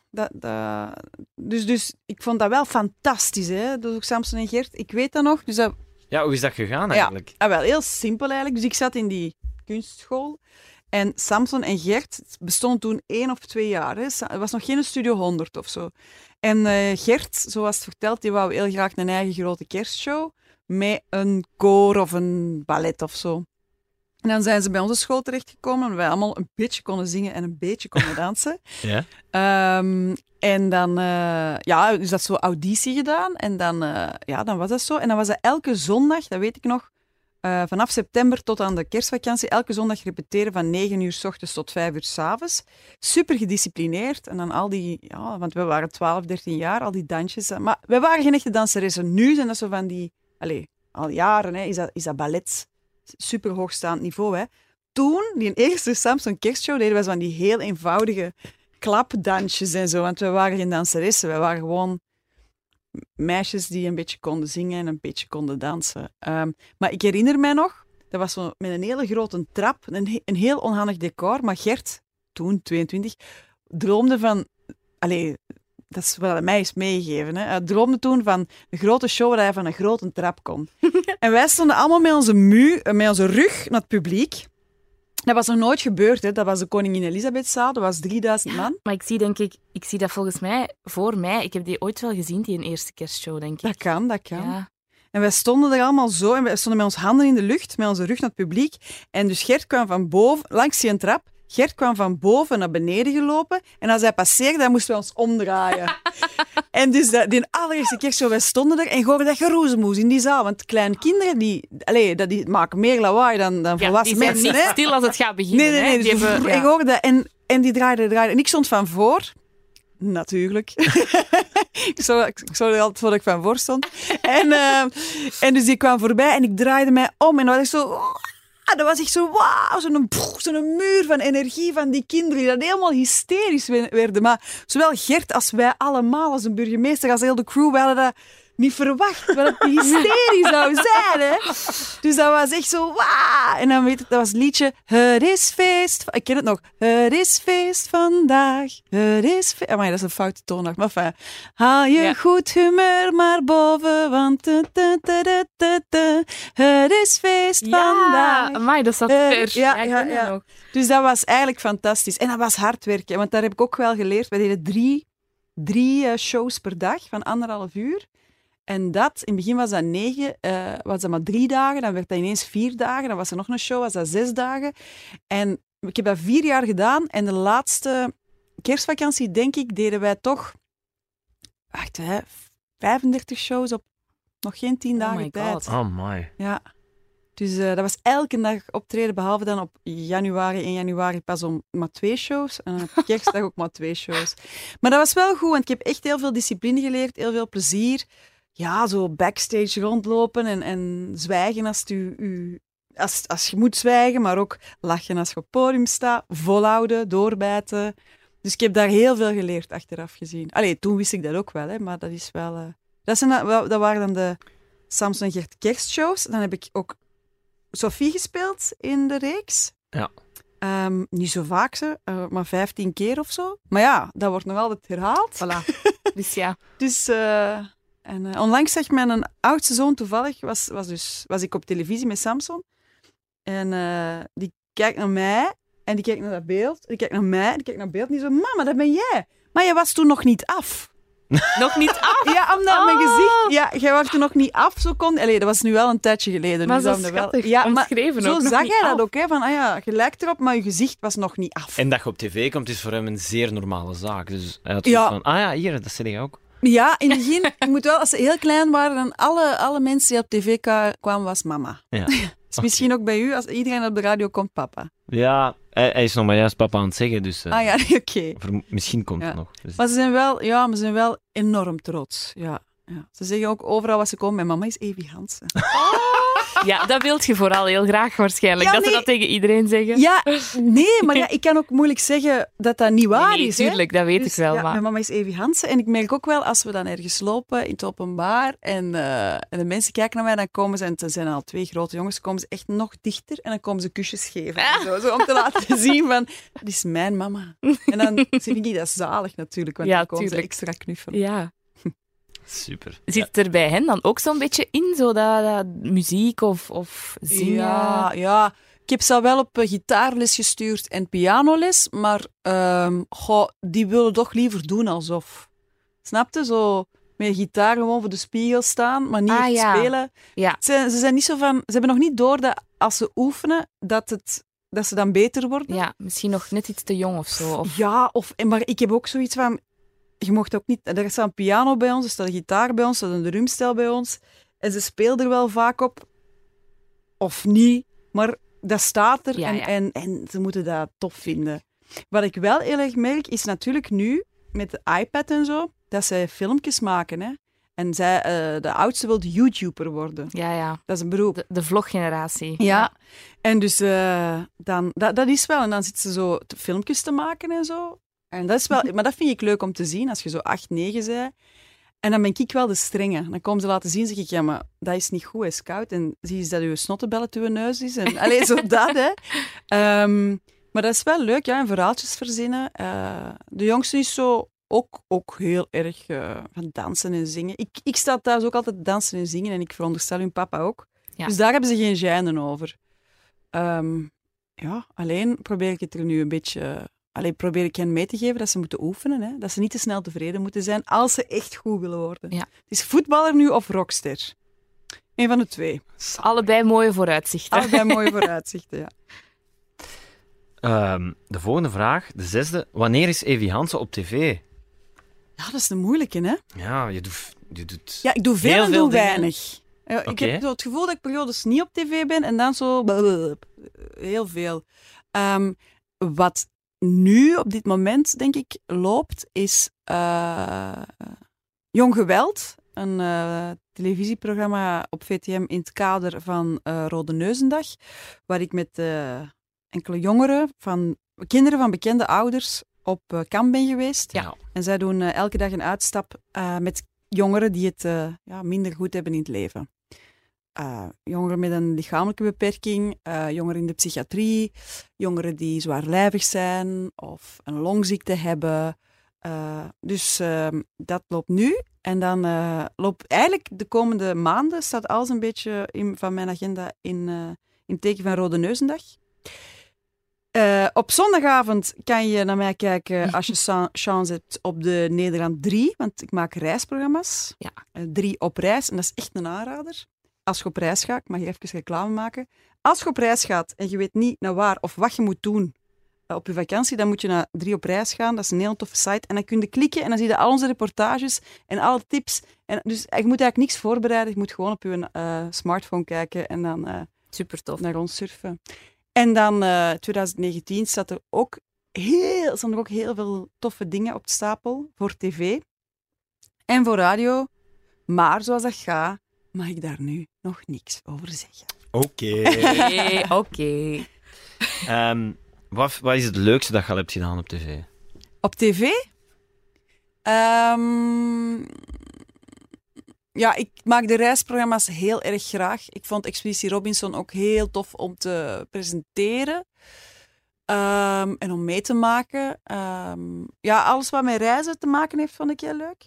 dus ik vond dat wel fantastisch, hè. Dus ook Samson en Gert, ik weet dat nog. Dus dat... Ja, hoe is dat gegaan eigenlijk? Ja, wel heel simpel eigenlijk. Dus ik zat in die kunstschool en Samson en Gert bestonden toen 1 of 2 jaar. Hè. Er was nog geen Studio 100 of zo. En Gert, zoals verteld, die wou heel graag een eigen grote kerstshow met een koor of een ballet of zo. En dan zijn ze bij onze school terechtgekomen en wij allemaal een beetje konden zingen en een beetje konden dansen. Ja. En dan, dus dat zo auditie gedaan. En dan was dat zo. En dan was dat elke zondag, dat weet ik nog, vanaf september tot aan de kerstvakantie, elke zondag repeteren van 9 uur 's ochtends tot 5 uur 's avonds. Super gedisciplineerd. En dan al die, want we waren 12, 13 jaar, al die dansjes. Maar we waren geen echte danseressen. Nu zijn dat zo van die, al jaren, hè, is dat ballet. Super hoogstaand niveau, hè. Toen, die eerste Samson Kerstshow, deden we van die heel eenvoudige klapdansjes en zo, want we waren geen danseressen, we waren gewoon meisjes die een beetje konden zingen en een beetje konden dansen. Maar ik herinner mij nog, dat was zo met een hele grote trap, een heel onhandig decor, maar Gert, toen 22, droomde van... dat is wat hij mij is meegegeven. Hè. Hij droomde toen van een grote show waar hij van een grote trap kon. En wij stonden allemaal met onze rug naar het publiek. Dat was nog nooit gebeurd. Hè. Dat was de Koningin Elisabethzaal. Dat was 3000 man. Maar ik zie dat volgens mij voor mij. Ik heb die ooit wel gezien, die eerste kerstshow, denk ik. Dat kan. Ja. En wij stonden er allemaal zo. En wij stonden met onze handen in de lucht, met onze rug naar het publiek. En dus Gert kwam van boven, langs die trap. Gert kwam van boven naar beneden gelopen en als hij passeerde, dan moesten we ons omdraaien. En dus die allereerste keer zo, wij stonden er en hoorden dat geroezemoes in die zaal. Want kleine kinderen, die maken meer lawaai dan volwassen mensen. Die zijn niet stil als het gaat beginnen. Nee. Dus ik hoorde dat en die draaiden. En ik stond van voor. Natuurlijk. ik zorgde er altijd voor dat ik van voor stond. En dus die kwam voorbij en ik draaide mij om en dan was ik zo... Dat was echt zo, wauw, zo'n muur van energie van die kinderen die dat helemaal hysterisch werden. Maar zowel Gert als wij allemaal, als een burgemeester, als heel de crew, we hadden dat niet verwacht, wat het hysterisch zou zijn. Hè? Dus dat was echt zo, wauw. En dan weet ik, dat was het liedje, het is feest. Ik ken het nog. Het is feest vandaag. Het is feest. Amai, dat is een foute toonlag. Maar enfin, haal je goed humeur maar boven, want het is feest vandaag. Amai, dat zat ver. Ja. Dus dat was eigenlijk fantastisch. En dat was hard werken, want daar heb ik ook wel geleerd. We deden drie shows per dag van 1,5 uur. En in het begin was dat 9, was dat maar 3 dagen. Dan werd dat ineens 4 dagen. Dan was er nog een show, was dat 6 dagen. En ik heb dat 4 jaar gedaan. En de laatste kerstvakantie, denk ik, deden wij toch 35 shows op nog geen 10 dagen tijd. Oh my. Ja. Dus dat was elke dag optreden, behalve dan op 1 januari pas om maar 2 shows. En op kerstdag ook maar 2 shows. Maar dat was wel goed, want ik heb echt heel veel discipline geleerd, heel veel plezier. Ja, zo backstage rondlopen en zwijgen als je moet zwijgen, maar ook lachen als je op het podium staat, volhouden, doorbijten. Dus ik heb daar heel veel geleerd achteraf gezien. Allee, toen wist ik dat ook wel, hè, maar dat is wel... Dat waren dan de Samson en Gert kerstshows. Dan heb ik ook Sophie gespeeld in de reeks. Ja. Niet zo vaak, maar 15 keer of zo. Maar ja, dat wordt nog altijd herhaald. Voilà. Dus ja. Dus... onlangs zag mijn oudste zoon toevallig, was ik op televisie met Samson. En die kijkt naar mij en die kijkt naar dat beeld. Die kijkt naar mij en die kijkt naar het beeld. En die zo, mama, dat ben jij. Maar je was toen nog niet af. Nog niet af? Ja, omdat mijn gezicht... Ja, jij was toen nog niet af. Zo dat was nu wel een tijdje geleden. Maar nu zo schattig, ja, omschreven maar ook. Zo zag hij af. dat ook, hè. Van, je lijkt erop, maar je gezicht was nog niet af. En dat je op tv komt, is voor hem een zeer normale zaak. Dus hij had Ja. van, hier, dat zeg ik ook. Ja, in het begin, ik moet wel, als ze heel klein waren, dan alle mensen die op tv kwamen, was mama. Ja. Dus misschien ook bij u, als iedereen op de radio komt, papa. Ja, hij is nog maar juist papa aan het zeggen, dus Oké. misschien komt het nog. Dus. Maar ze zijn wel enorm trots. Ja. Ze zeggen ook overal waar ze komen, mijn mama is Evie Hansen. Ja, dat wilt je vooral heel graag waarschijnlijk, Ja, dat ze nee. dat tegen iedereen zeggen. Ja, nee, maar ja, ik kan ook moeilijk zeggen dat dat niet waar Nee, is. tuurlijk, dat weet Dus, ik wel. ja, Maar... mijn mama is Evie Hansen en ik merk ook wel, als we dan ergens lopen in het openbaar en de mensen kijken naar mij, dan komen ze, en het zijn al 2 grote jongens, komen ze echt nog dichter en dan komen ze kusjes geven. Zo, om te laten zien van, dat is mijn mama. En dan vind ik dat zalig natuurlijk, want Ja, dan komen tuurlijk. ze extra knuffelen. Ja. Super. Zit er bij hen dan ook zo'n beetje in, zo dat muziek of zingen? Ja. Ik heb ze wel op gitaarles gestuurd en pianoles, maar die willen toch liever doen alsof. Snapte? Zo met gitaar gewoon voor de spiegel staan, maar niet echt spelen. Ja. Ze zijn niet zo van... Ze hebben nog niet door dat als ze oefenen, dat ze dan beter worden. Ja, misschien nog net iets te jong of zo. Of... Ja, maar ik heb ook zoiets van... Je mocht ook niet... Er staat een piano bij ons, er staat een gitaar bij ons, er staat een drumstel bij ons. En ze speelt er wel vaak op. Of niet. Maar dat staat er en ze moeten dat tof vinden. Wat ik wel heel erg merk, is natuurlijk nu, met de iPad en zo, dat zij filmpjes maken. Hè? En de oudste wil YouTuber worden. Ja. Dat is een beroep. De vloggeneratie. Ja. En dus dat is wel. En dan zitten ze zo filmpjes te maken en zo. En dat is wel, maar dat vind ik leuk om te zien, als je zo 8, 9 bent. En dan ben ik wel de strenge. Dan komen ze laten zien, zeg ik, ja, maar dat is niet goed, is koud. En zie je dat je snottenbellen te je neus is. En alleen zo dat, hè. Maar dat is wel leuk, ja, en verhaaltjes verzinnen. De jongste is zo ook heel erg van dansen en zingen. Ik sta thuis ook altijd dansen en zingen en ik veronderstel hun papa ook. Ja. Dus daar hebben ze geen gêne over. Alleen probeer ik het er nu een beetje... probeer ik hen mee te geven dat ze moeten oefenen. Hè? Dat ze niet te snel tevreden moeten zijn als ze echt goed willen worden. Ja. Het is voetballer nu of rockster. Eén van de 2. Allebei mooie vooruitzichten. Allebei mooie vooruitzichten, ja. De volgende vraag, de 6e. Wanneer is Evi Hansen op tv? Ja, dat is een moeilijke, hè? Ja, je doet... Ja, ik doe veel Heel en veel doe dingen. weinig. Ja, ik Oké. heb zo het gevoel dat ik periodes niet op tv ben en dan zo... Heel veel. Wat nu op dit moment, denk ik, loopt, is Jong Geweld. Een televisieprogramma op VTM in het kader van Rode Neuzendag. Waar ik met enkele jongeren, kinderen van bekende ouders, op kamp ben geweest. Ja. En zij doen elke dag een uitstap met jongeren die het minder goed hebben in het leven. Jongeren met een lichamelijke beperking, jongeren in de psychiatrie, jongeren die zwaarlijvig zijn of een longziekte hebben. Dus dat loopt nu. En dan loopt eigenlijk de komende maanden, staat alles een beetje van mijn agenda in het teken van Rode Neuzendag. Op zondagavond kan je naar mij kijken als je chance hebt op de Nederland 3, want ik maak reisprogramma's. Ja. 3 op reis, en dat is echt een aanrader. Als je op reis gaat, ik mag hier even reclame maken. Als je op reis gaat en je weet niet naar waar of wat je moet doen op je vakantie, dan moet je naar 3 op reis gaan. Dat is een heel toffe site. En dan kun je klikken en dan zie je al onze reportages en alle tips. En dus je moet eigenlijk niks voorbereiden. Je moet gewoon op je smartphone kijken en dan Super tof. naar ons surfen. En dan 2019 staan er ook heel veel toffe dingen op de stapel voor tv en voor radio. Maar zoals dat gaat, mag ik daar nu nog niks over zeggen. Oké. Wat is het leukste dat je al hebt gedaan op tv? Op tv? Ja, ik maak de reisprogramma's heel erg graag. Ik vond Expeditie Robinson ook heel tof om te presenteren. En om mee te maken. Ja, alles wat met reizen te maken heeft, vond ik heel leuk.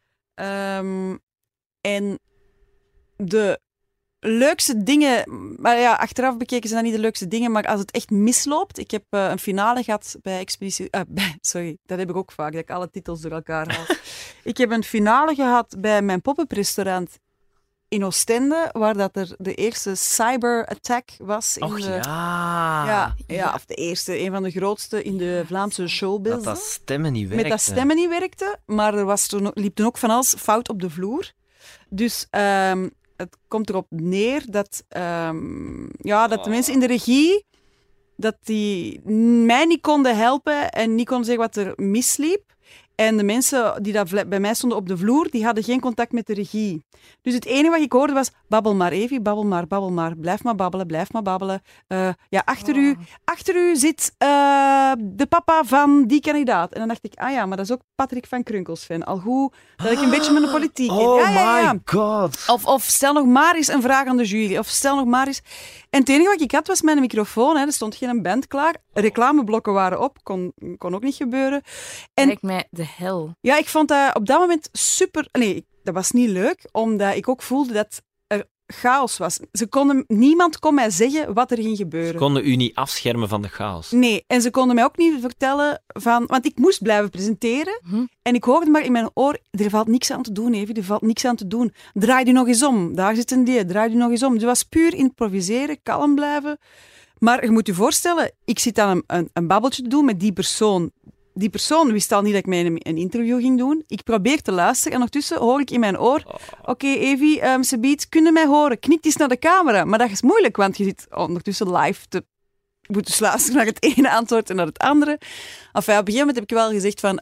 En de leukste dingen... Maar ja, achteraf bekeken zijn dat niet de leukste dingen, maar als het echt misloopt... Ik heb een finale gehad bij Expeditie... sorry, dat heb ik ook vaak, dat ik alle titels door elkaar haal. Ik heb een finale gehad bij mijn pop-up restaurant in Oostende, waar dat er de eerste cyberattack was. Och ja. Ja, of de eerste, een van de grootste in de Vlaamse showbiz. Dat stemmen niet werkte. Met dat stemmen niet werkte, maar liep toen ook van alles fout op de vloer. Dus het komt erop neer dat, dat de mensen in de regie dat die mij niet konden helpen en niet konden zeggen wat er misliep. En de mensen die bij mij stonden op de vloer, die hadden geen contact met de regie. Dus het enige wat ik hoorde was, babbel maar Evi, babbel maar. Blijf maar babbelen. Achter u zit de papa van die kandidaat. En dan dacht ik, maar dat is ook Patrick van Krunkels fan. Al goed dat ik een beetje met de politiek in. My god. Of stel nog maar eens een vraag aan de jury. Of stel nog maar eens... En het enige wat ik had was mijn microfoon. Hè. Er stond geen band klaar. Reclameblokken waren op. Kon ook niet gebeuren. En Lijkt mij de hel. ja, ik vond dat op dat moment super... Nee, dat was niet leuk, omdat ik ook voelde dat er chaos was. Niemand kon mij zeggen wat er ging gebeuren. Ze konden u niet afschermen van de chaos. Nee, en ze konden mij ook niet vertellen van... Want ik moest blijven presenteren. En ik hoorde maar in mijn oor... Er valt niks aan te doen, Evi. Er valt niks aan te doen. Draai je nog eens om. Daar zit een die. Draai je nog eens om. Dus het was puur improviseren, kalm blijven. Maar je moet je voorstellen, ik zit dan een babbeltje te doen met die persoon. Die persoon wist al niet dat ik mij een interview ging doen. Ik probeer te luisteren en ondertussen hoor ik in mijn oor... Oké, Evi, Sabiet, kunnen mij horen? Knik eens naar de camera. Maar dat is moeilijk, want je zit ondertussen live te... Je moet dus luisteren naar het ene antwoord en naar het andere. Enfin, op een gegeven moment heb ik wel gezegd van...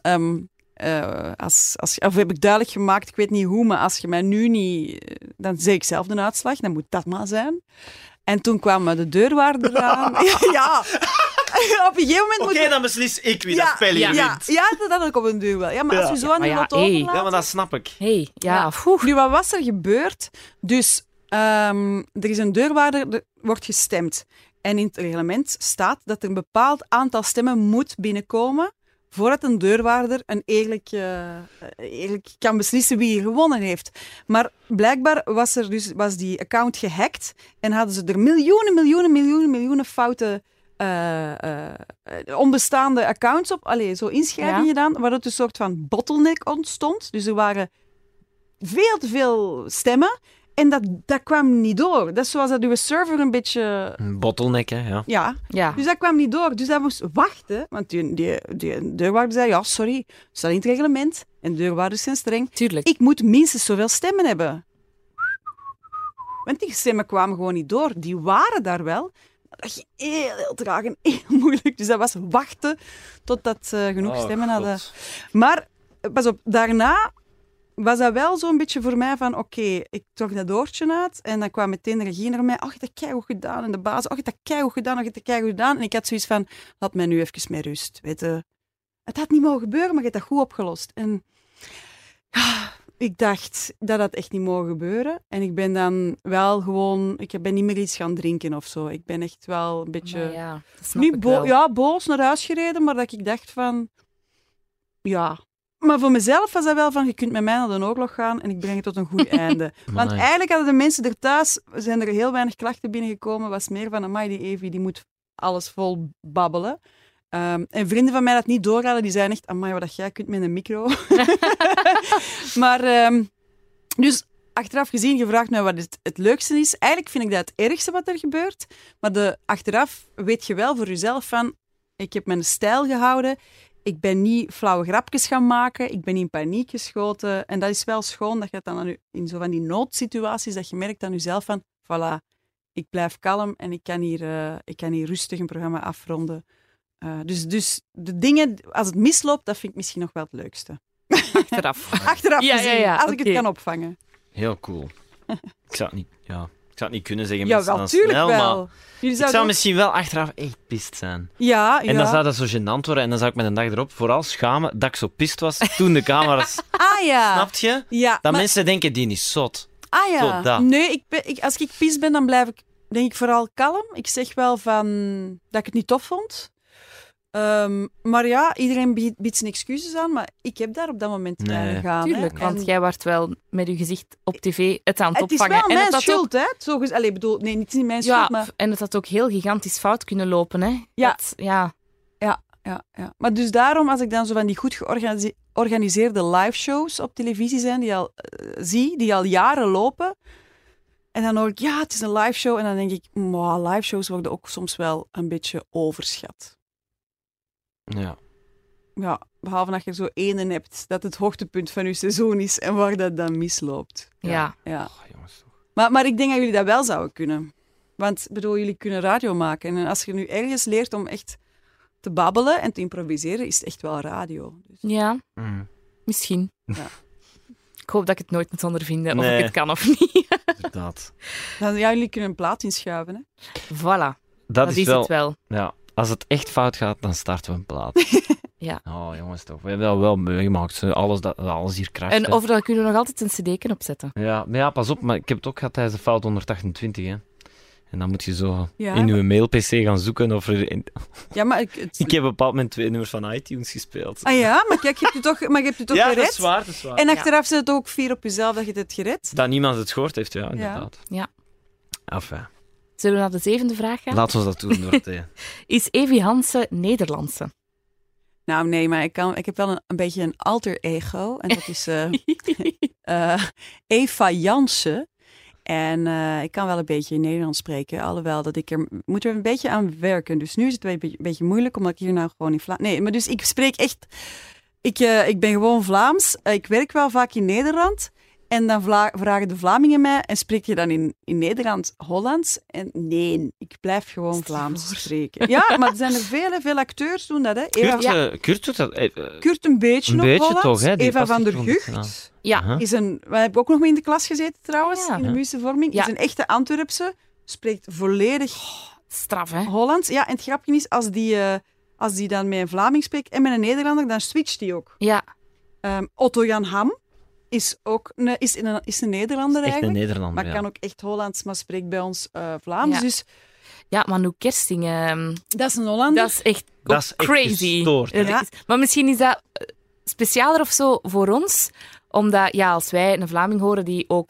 of heb ik duidelijk gemaakt, ik weet niet hoe, maar als je mij nu niet... Dan zeg ik zelf de uitslag, dan moet dat maar zijn. En toen kwam de deurwaarder aan. Ja, op een gegeven moment Oké, dan beslis ik wie dat spel hier wint. Ja, dat had ik op een duur wel. Ja, maar als je zo aan die lot overlaat... Ja, maar dat snap ik. Hey, Nu, wat was er gebeurd? Dus, er is een deurwaarder, er wordt gestemd. En in het reglement staat dat er een bepaald aantal stemmen moet binnenkomen voordat een deurwaarder eerlijk kan beslissen wie er gewonnen heeft. Maar blijkbaar was die account gehackt en hadden ze er miljoenen foute onbestaande accounts op, zo inschrijvingen gedaan, waardoor het een soort van bottleneck ontstond. Dus er waren veel te veel stemmen En dat kwam niet door. Dat is zoals dat uw server een beetje... Een bottleneck, hè, ja. Ja, Ja. dus dat kwam niet door. Dus dat moest wachten. Want die deurwaarder zei, ja, sorry, dat staat in het reglement. En deurwaarders zijn streng. Tuurlijk. Ik moet minstens zoveel stemmen hebben. Want die stemmen kwamen gewoon niet door. Die waren daar wel. Dat ging heel traag en heel moeilijk. Dus dat was wachten totdat ze genoeg stemmen hadden. Maar, pas op, daarna was dat wel zo'n beetje voor mij van, oké, ik trok dat doortje uit en dan kwam meteen de regie naar mij. Oh, je hebt dat keigoed gedaan. En de baas, oh, je hebt dat keigoed gedaan, je hebt dat keigoed gedaan. En ik had zoiets van, laat mij nu even met rust. Weet je. Het had niet mogen gebeuren, maar je hebt dat goed opgelost. En ik dacht dat dat echt niet mogen gebeuren. En ik ben dan wel gewoon... Ik ben niet meer iets gaan drinken of zo. Ik ben echt wel een beetje... Maar ja, dat snap Niet ik wel. boos naar huis gereden, maar dat ik dacht van... Ja... Maar voor mezelf was dat wel van, je kunt met mij naar de oorlog gaan en ik breng het tot een goed einde. Want Amai. eigenlijk hadden de mensen er thuis, zijn er heel weinig klachten binnengekomen, was meer van, amai, die Evie, die moet alles vol babbelen. En vrienden van mij dat niet doorhadden, die zeiden echt, amai, wat jij kunt met een micro. Maar, dus achteraf gezien, je vraagt mij wat het leukste is. Eigenlijk vind ik dat het ergste wat er gebeurt. Maar achteraf weet je wel voor jezelf van, ik heb mijn stijl gehouden. Ik ben niet flauwe grapjes gaan maken. Ik ben niet in paniek geschoten. En dat is wel schoon dat je het dan in zo van die noodsituaties, dat je merkt aan jezelf van, voilà, ik blijf kalm en ik kan hier rustig een programma afronden. Dus de dingen, als het misloopt, dat vind ik misschien nog wel het leukste. Achteraf. Achteraf Ja, gezien, ja, als ik oké. het kan opvangen. Heel cool. Ik zou het niet kunnen zeggen. Ja, mensen wel, dan tuurlijk snel, wel. Maar Jullie ik zouden zou ook- misschien wel achteraf echt pist zijn. Ja, En dan zou dat zo gênant worden. En dan zou ik me de dag erop vooral schamen dat ik zo pist was toen de camera's... Ah ja. Snap je? Ja, Dat maar- mensen denken, die is zot. Ah ja. Zo, dat. Nee, als ik pies ben, dan blijf ik, denk ik, vooral kalm. Ik zeg wel van dat ik het niet tof vond. Maar ja, iedereen biedt zijn excuses aan, maar ik heb daar op dat moment Nee. gaan. Tuurlijk, hè. want En jij werd wel met je gezicht op tv het aan het het is opvangen. wel En mijn dat had ook- schuld, hè? Allee, bedoel, nee, niet mijn schuld, Ja, maar... en het had ook heel gigantisch fout kunnen lopen, hè? Ja. Ja. Ja. Maar dus daarom, als ik dan zo van die goed georganiseerde live-shows op televisie zijn, die al jaren lopen, en dan hoor ik, ja, het is een live-show, en dan denk ik, live-shows worden ook soms wel een beetje overschat. Ja. Ja, behalve dat je zo ene hebt dat het hoogtepunt van je seizoen is en waar dat dan misloopt. Ja. Ja. Oh, jongens, toch. Maar ik denk dat jullie dat wel zouden kunnen. Want, bedoel, jullie kunnen radio maken. En als je nu ergens leert om echt te babbelen en te improviseren, is het echt wel radio. Dus. Ja, Mm, misschien. Ja. Ik hoop dat ik het nooit moet ondervinden of Nee. ik het kan of niet. inderdaad. Dan, ja, jullie kunnen een plaat inschuiven, hè? Voilà, Dat dat is wel... het wel. Ja, als het echt fout gaat, dan starten we een plaat. Ja. Oh, jongens, toch. We hebben dat wel meegemaakt. Zo, alles hier crasht. En hè. overal kunnen we nog altijd een cd opzetten. Ja, maar ja, pas op. Maar ik heb het ook gehad tijdens de fout 128, hè. En dan moet je zo Ja, in je mail-pc gaan zoeken of er... Ja, maar Ik heb op een bepaald moment 2 nummers van iTunes gespeeld. Ah ja, maar kijk, je hebt het toch ja, gered? dat is waar, dat is waar. En achteraf zit het ook fier op jezelf dat je het gered. Dat niemand het gehoord heeft, ja, inderdaad. Ja. Enfin, Zullen we naar de 7e vraag gaan? laten we dat doen, Dorothee. Is Evie Hansen Nederlandse? Nou, nee, maar ik heb wel een beetje een alter ego. En dat is Eva Jansen. En ik kan wel een beetje Nederlands spreken. Alhoewel dat moet er een beetje aan werken. Dus nu is het een beetje moeilijk, omdat ik hier nou gewoon in Vlaams... Nee, maar dus ik spreek echt... Ik ben gewoon Vlaams. Ik werk wel vaak in Nederland. En dan vragen de Vlamingen mij, en spreek je dan in Nederland Hollands? En nee, ik blijf gewoon Vlaams spreken. Ja, maar er zijn er veel acteurs doen dat, hè. Kurt doet dat... Kurt een beetje Een nog beetje Hollands. toch, hè? Die Eva past van er der gewoon goed Gucht Ja. Aha. we hebben ook nog mee in de klas gezeten trouwens, Ja. in de muziekse vorming. Ja. Is een echte Antwerpse, spreekt volledig Straf, hè? Hollands. Ja, en het grapje is, als die dan met een Vlaming spreekt en met een Nederlander, dan switcht hij ook. Ja. Otto Jan Ham is ook is een Nederlander Echt een eigenlijk. Nederlander, Maar ja. kan ook echt Hollands, maar spreekt bij ons Vlaams. Ja. Dus Ja, Manu Kersting, dat is een Hollander. dat is echt Dat ook is echt crazy. gestoord, hè? Ja. Maar misschien is dat specialer of zo voor ons, omdat ja, als wij een Vlaming horen die ook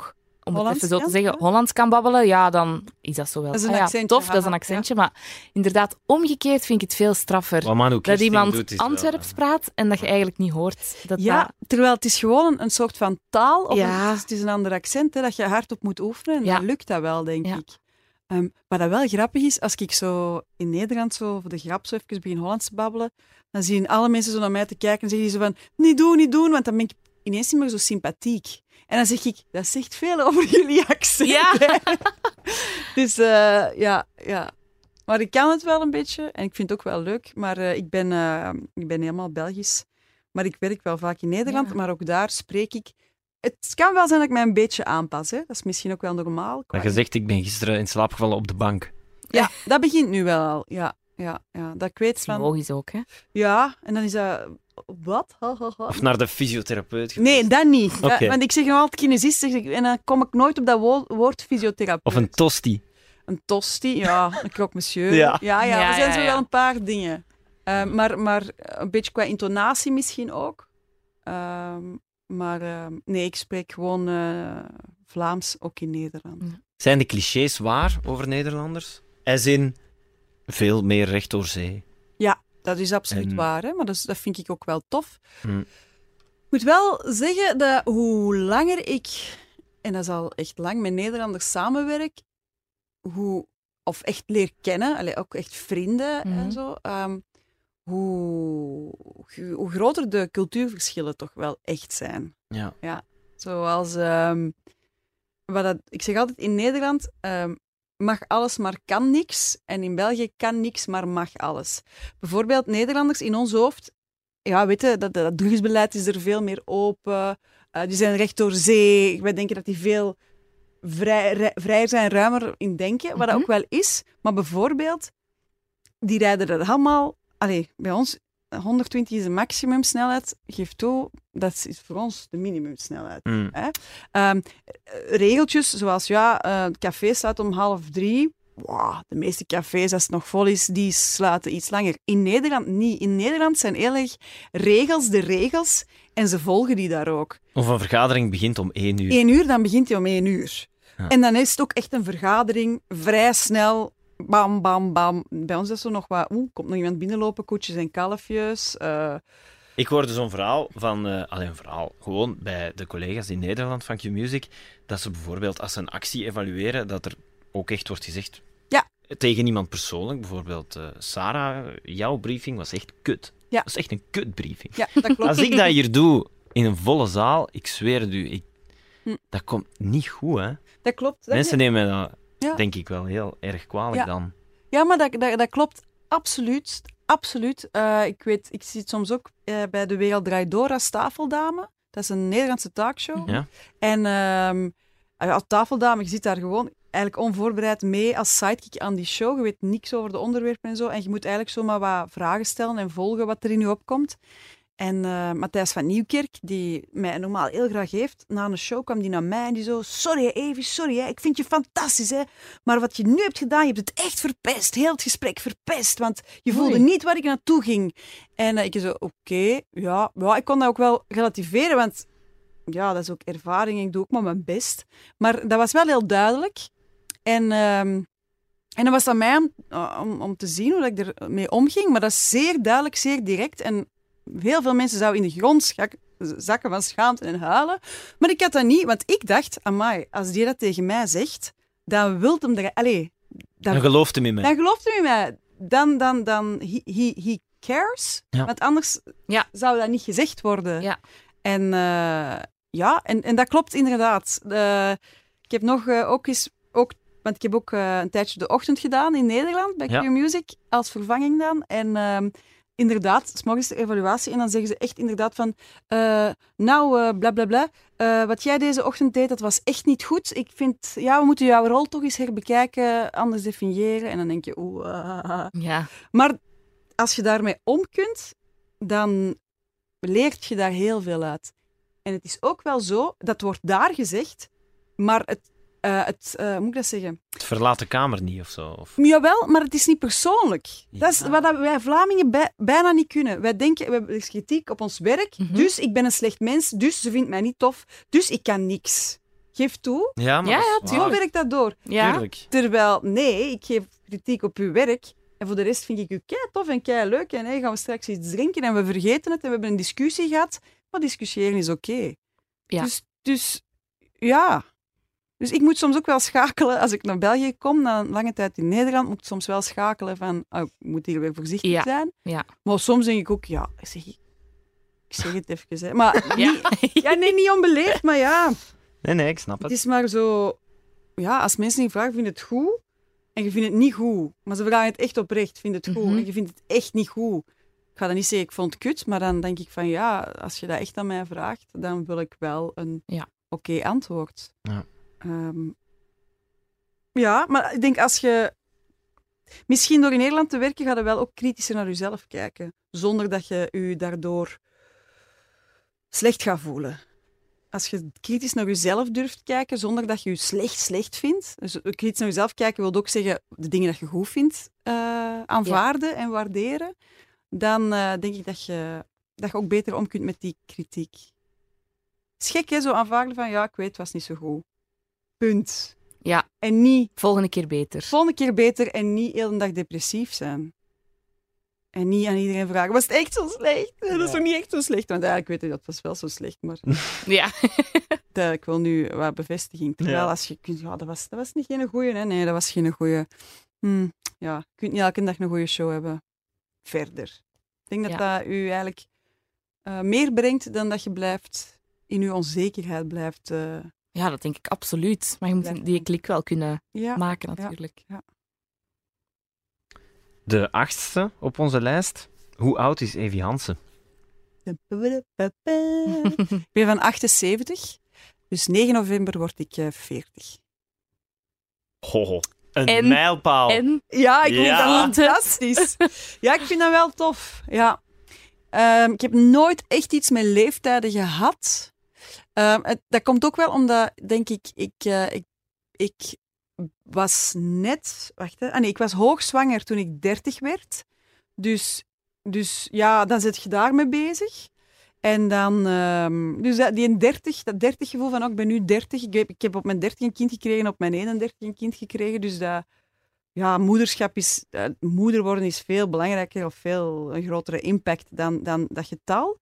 om Hollands het even zo te kan, zeggen, ja. Hollands kan babbelen, ja, dan is dat zo wel. Dat is een Ah ja, accentje, tof, dat is een haha, accentje. Maar inderdaad, omgekeerd vind ik het veel straffer. Wat Manu Dat Kirsting iemand doet, is wel, Antwerps praat en dat je eigenlijk niet hoort. Ja, terwijl het is gewoon een soort van taal. Of Ja. het is een ander accent, hè, dat je hardop moet oefenen. En Ja. dan lukt dat wel, denk Ja. ik. Wat dat wel grappig is, als ik zo in Nederland zo voor de grap zo even begin Hollands te babbelen, dan zien alle mensen zo naar mij te kijken en zeggen die zo van, niet doen, want dan ben ik ineens niet meer zo sympathiek. En dan zeg ik, dat zegt veel over jullie accent. Ja. hè. Dus ja. Maar ik kan het wel een beetje en ik vind het ook wel leuk. Maar ik ben helemaal Belgisch. Maar ik werk wel vaak in Nederland, Ja. maar ook daar spreek ik. Het kan wel zijn dat ik mij een beetje aanpas. Hè. Dat is misschien ook wel normaal. Dat je zegt, ik ben gisteren in slaap gevallen op de bank. Ja, dat begint nu wel al. Ja. Dat ik weet Dat is van... logisch ook, hè? Ja, en dan is dat... Wat? Ha, ha, ha. Of naar de fysiotherapeut geweest. Nee, dat niet. Oké. Want ik zeg nog altijd kinesist, zeg ik, en dan kom ik nooit op dat woord fysiotherapeut. Of een tosti. Een tosti, ja, een croque monsieur. Ja. Ja, er zijn zo ja. wel een paar dingen. Maar een beetje qua intonatie misschien ook. Nee, ik spreek gewoon Vlaams, ook in Nederland. Zijn de clichés waar over Nederlanders? As in, veel meer recht door zee. Dat is absoluut En- waar, hè? Maar dat vind ik ook wel tof. Hm. Ik moet wel zeggen dat hoe langer ik, en dat is al echt lang, met Nederlanders samenwerk, of echt leer kennen, ook echt vrienden en zo, hoe groter de cultuurverschillen toch wel echt zijn. Ja. Zoals, ik zeg altijd, in Nederland mag alles, maar kan niks. En in België kan niks, maar mag alles. Bijvoorbeeld Nederlanders in ons hoofd, ja, weet je, dat drugsbeleid is er veel meer open. Die zijn recht door zee. Wij denken dat die veel vrijer zijn, ruimer in denken, wat dat ook wel is. Maar bijvoorbeeld, die rijden er allemaal... bij ons, 120 is de maximumsnelheid. Geef toe, dat is voor ons de minimumsnelheid. Hm. Hè? Regeltjes, zoals het café staat om 2:30. Wow, de meeste cafés, als het nog vol is, die sluiten iets langer. In Nederland niet. In Nederland zijn heel erg de regels en ze volgen die daar ook. Of een vergadering begint om 1 uur. 1 uur, dan begint hij om 1 uur. Ja. En dan is het ook echt een vergadering, vrij snel, bam, bam, bam. Bij ons is zo nog wat, komt nog iemand binnenlopen, koetjes en kalfjes. Ik hoorde zo'n verhaal van... gewoon bij de collega's in Nederland van Q-Music, dat ze bijvoorbeeld, als ze een actie evalueren, dat er ook echt wordt gezegd... Ja. Tegen iemand persoonlijk, bijvoorbeeld Sarah, jouw briefing was echt kut. Ja. Dat is echt een kutbriefing. Ja, dat klopt. Als ik dat hier doe, in een volle zaal, ik zweer het u, dat komt niet goed, hè. Dat klopt. Mensen nemen dat, Ja. denk ik, wel heel erg kwalijk Ja. dan. Ja, maar dat klopt absoluut. Absoluut. Ik zit soms ook bij De Wereld Draait Door als tafeldame. Dat is een Nederlandse talkshow. Ja. En als tafeldame, je zit daar gewoon eigenlijk onvoorbereid mee als sidekick aan die show. Je weet niks over de onderwerpen en zo. En je moet eigenlijk zomaar wat vragen stellen en volgen wat er in je opkomt. En Matthijs van Nieuwkerk, die mij normaal heel graag heeft, na een show kwam die naar mij en die zo... Sorry, Evie, sorry, hè. Ik vind je fantastisch, hè. Maar wat je nu hebt gedaan, je hebt het echt verpest. Heel het gesprek verpest, want je voelde niet waar ik naartoe ging. En ik zo, oké, ja, ik kon dat ook wel relativeren, want ja, dat is ook ervaring en ik doe ook maar mijn best. Maar dat was wel heel duidelijk. En dan was het aan mij om te zien hoe ik ermee omging, maar dat is zeer duidelijk, zeer direct en... Heel veel mensen zouden in de grond zakken van schaamte en huilen. Maar ik had dat niet, want ik dacht, amai, als die dat tegen mij zegt, dan wilt hem er... Dan gelooft hem in mij. Dan gelooft hij in mij. Dan he cares. Ja. Want anders zou dat niet gezegd worden. Ja. En dat klopt inderdaad. Ik heb nog want ik heb ook een tijdje de ochtend gedaan in Nederland, bij Q-Music, als vervanging dan. En... Inderdaad, 's morgens de evaluatie en dan zeggen ze echt inderdaad van bla bla bla, wat jij deze ochtend deed, dat was echt niet goed. Ik vind, we moeten jouw rol toch eens herbekijken, anders definiëren. En dan denk je, Ja. Maar als je daarmee om kunt, dan leert je daar heel veel uit. En het is ook wel zo, dat wordt daar gezegd, maar hoe moet ik dat zeggen? Het verlaat de kamer niet of zo. Of... Jawel, maar het is niet persoonlijk. Ja. Dat is wat wij Vlamingen bijna niet kunnen. Wij denken, we hebben kritiek op ons werk, dus ik ben een slecht mens, dus ze vindt mij niet tof, dus ik kan niks. Geef toe. Ja, maar Ja, dat is ja, waar. Zo werkt dat door. Ja. Tuurlijk. Terwijl, nee, ik geef kritiek op uw werk. En voor de rest vind ik u kei tof en kei leuk. En gaan we straks iets drinken en we vergeten het. En we hebben een discussie gehad. Maar discussiëren is oké. Ja. Dus ja. Dus ik moet soms ook wel schakelen. Als ik naar België kom, na een lange tijd in Nederland, moet ik soms wel schakelen van, ik moet hier weer voorzichtig Ja. zijn. Ja. Maar soms denk ik ook, ja, ik zeg het even. Hè. Maar Ja. niet onbeleefd, maar ja. Nee, ik snap Het het. is maar zo... Ja, als mensen niet vragen, vind je het goed? En je vindt het niet goed. Maar ze vragen het echt oprecht, vind het goed? Mhm. En je vindt het echt niet goed. Ik ga dan niet zeggen, ik vond het kut, maar dan denk ik van, ja, als je dat echt aan mij vraagt, dan wil ik wel een Ja. oké antwoord. Ja. Ja, maar ik denk als je... Misschien door in Nederland te werken, ga je wel ook kritischer naar jezelf kijken. Zonder dat je je daardoor slecht gaat voelen. Als je kritisch naar jezelf durft kijken, zonder dat je je slecht vindt. Dus kritisch naar jezelf kijken wil ook zeggen de dingen dat je goed vindt aanvaarden en waarderen. Dan denk ik dat je ook beter om kunt met die kritiek. Het is gek, hè? Zo aanvaarden van, ja, ik weet, het was niet zo goed. Punt. Ja, En niet volgende keer beter. volgende keer beter en niet heel de dag depressief zijn. En niet aan iedereen vragen, was het echt zo slecht? Dat is toch niet echt zo slecht? Want eigenlijk weet ik, dat was wel zo slecht, maar Ja. ik wil nu wat bevestiging. Terwijl als je kunt, ja, dat was niet geen goeie, hè? Nee, dat was geen goeie. Ja, je kunt niet elke dag een goede show hebben. Verder. Ik denk dat dat u eigenlijk meer brengt dan dat je blijft in uw onzekerheid blijft. Ja, dat denk ik absoluut. Maar je moet die klik wel kunnen Ja. maken, natuurlijk. De 8e op onze lijst. Hoe oud is Evi Hansen? Ik ben van 78, dus 9 november word ik 40. Ho, een En- mijlpaal. En Ja, ik vind Ja. dat fantastisch. Ja, ik vind dat wel tof. Ja. Ik heb nooit echt iets met leeftijden gehad. Dat komt ook wel omdat, denk ik, ik was net... Wacht, hè. Ik was hoogzwanger toen ik 30 werd. Dus ja, dan zit je daarmee bezig. En dan... dus dat 30 gevoel van, ik ben nu 30. Ik heb op mijn 30 een kind gekregen, op mijn 31 een kind gekregen. Dus dat... Ja, moederschap is... moeder worden is veel belangrijker of veel een grotere impact dan dat getal.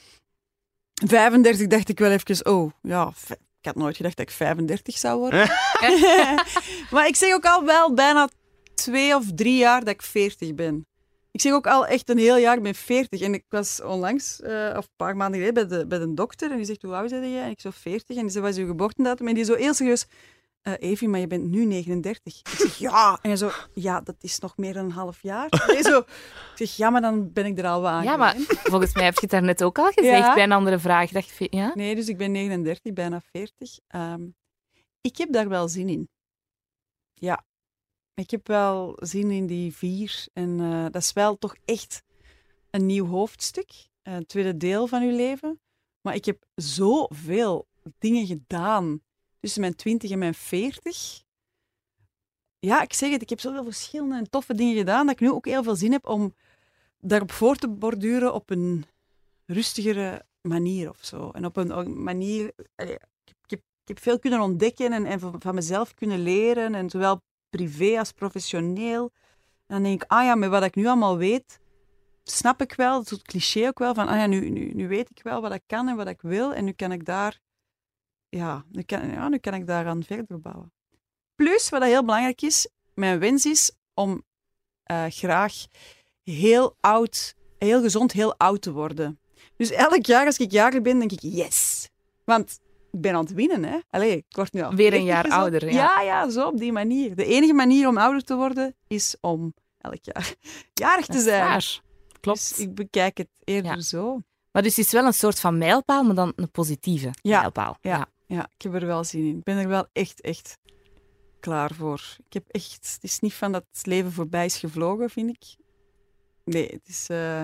35 dacht ik wel even, ik had nooit gedacht dat ik 35 zou worden. Maar ik zeg ook al wel bijna 2 of 3 jaar dat ik 40 ben. Ik zeg ook al echt een heel jaar, ik ben 40. En ik was onlangs, of een paar maanden geleden, bij de dokter. En die zegt, hoe oud ben jij? En ik zo 40. En die zei, wat is uw geboortedatum? En die zo heel serieus... Evi, maar je bent nu 39. Ik zeg, ja. En hij zo, ja, dat is nog meer dan een half jaar. Nee, zo. Ik zeg, ja, maar dan ben ik er al wel aan ja, maar gewend. volgens mij heb je het daarnet ook al gezegd Ja. bij een andere vraag. Dacht je, ja? Nee, dus ik ben 39, bijna 40. Ik heb daar wel zin in. Ja. Ik heb wel zin in die 4. En dat is wel toch echt een nieuw hoofdstuk. Het tweede deel van uw leven. Maar ik heb zoveel dingen gedaan tussen mijn 20 en mijn 40. Ja, ik zeg het, ik heb zoveel verschillende en toffe dingen gedaan dat ik nu ook heel veel zin heb om daarop voor te borduren op een rustigere manier of zo. En op een manier... Ik heb veel kunnen ontdekken en van mezelf kunnen leren, en zowel privé als professioneel. En dan denk ik, met wat ik nu allemaal weet, snap ik wel, dat is het cliché ook wel, van nu weet ik wel wat ik kan en wat ik wil, en nu kan ik daar... nu kan ik daaraan verder bouwen. Plus, wat heel belangrijk is, mijn wens is om graag heel gezond, heel oud te worden. Dus elk jaar als ik jarig ben, denk ik, yes. Want ik ben aan het winnen, hè. Allee, ik word nu al Weer een 40 jaar en zo. ouder, ja. Ja, zo op die manier. De enige manier om ouder te worden, is om elk jaar jarig Dat te is zijn. waar. Klopt. Dus ik bekijk het eerder Ja. zo. Maar dus het is wel een soort van mijlpaal, maar dan een positieve Ja. mijlpaal. Ja, ik heb er wel zin in. Ik ben er wel echt klaar voor. Het is niet van dat het leven voorbij is gevlogen, vind ik. Nee, het is...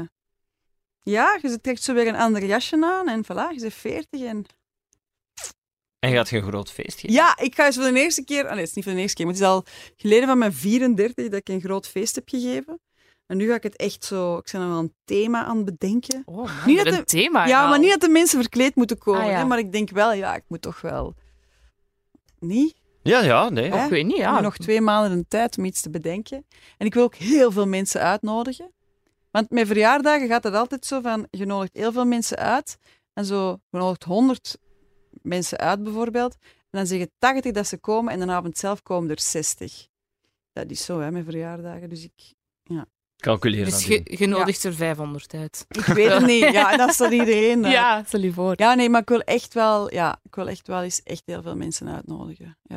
je trekt zo weer een ander jasje aan en voilà, je bent 40 en... En gaat je een groot feest geven? Ja, ik ga eens voor de eerste keer... het is niet voor de eerste keer, maar het is al geleden van mijn 34 dat ik een groot feest heb gegeven. En nu ga ik het echt zo... Ik ben er wel een thema aan het bedenken. Oh, Niet man, dat een thema. Ja, nou. maar niet dat de mensen verkleed moeten komen. Ah, ja. Hè, maar ik denk wel, ik moet toch wel Niet? Ja, nee. Hè? Ik weet niet, Ik heb ja. nog 2 maanden de tijd om iets te bedenken. En ik wil ook heel veel mensen uitnodigen. Want met verjaardagen gaat het altijd zo van, je nodigt heel veel mensen uit. En zo, je nodigt 100 mensen uit bijvoorbeeld. En dan zeggen 80 dat ze komen en de avond zelf komen er 60. Dat is zo, hè, met verjaardagen. Dus Calculeer Dus dat in. je nodigt er 500 uit. ik weet het niet. Ja, dat staat iedereen. Ja, stel je voor. Ja, nee, maar ik wil echt wel eens echt heel veel mensen uitnodigen. Ja.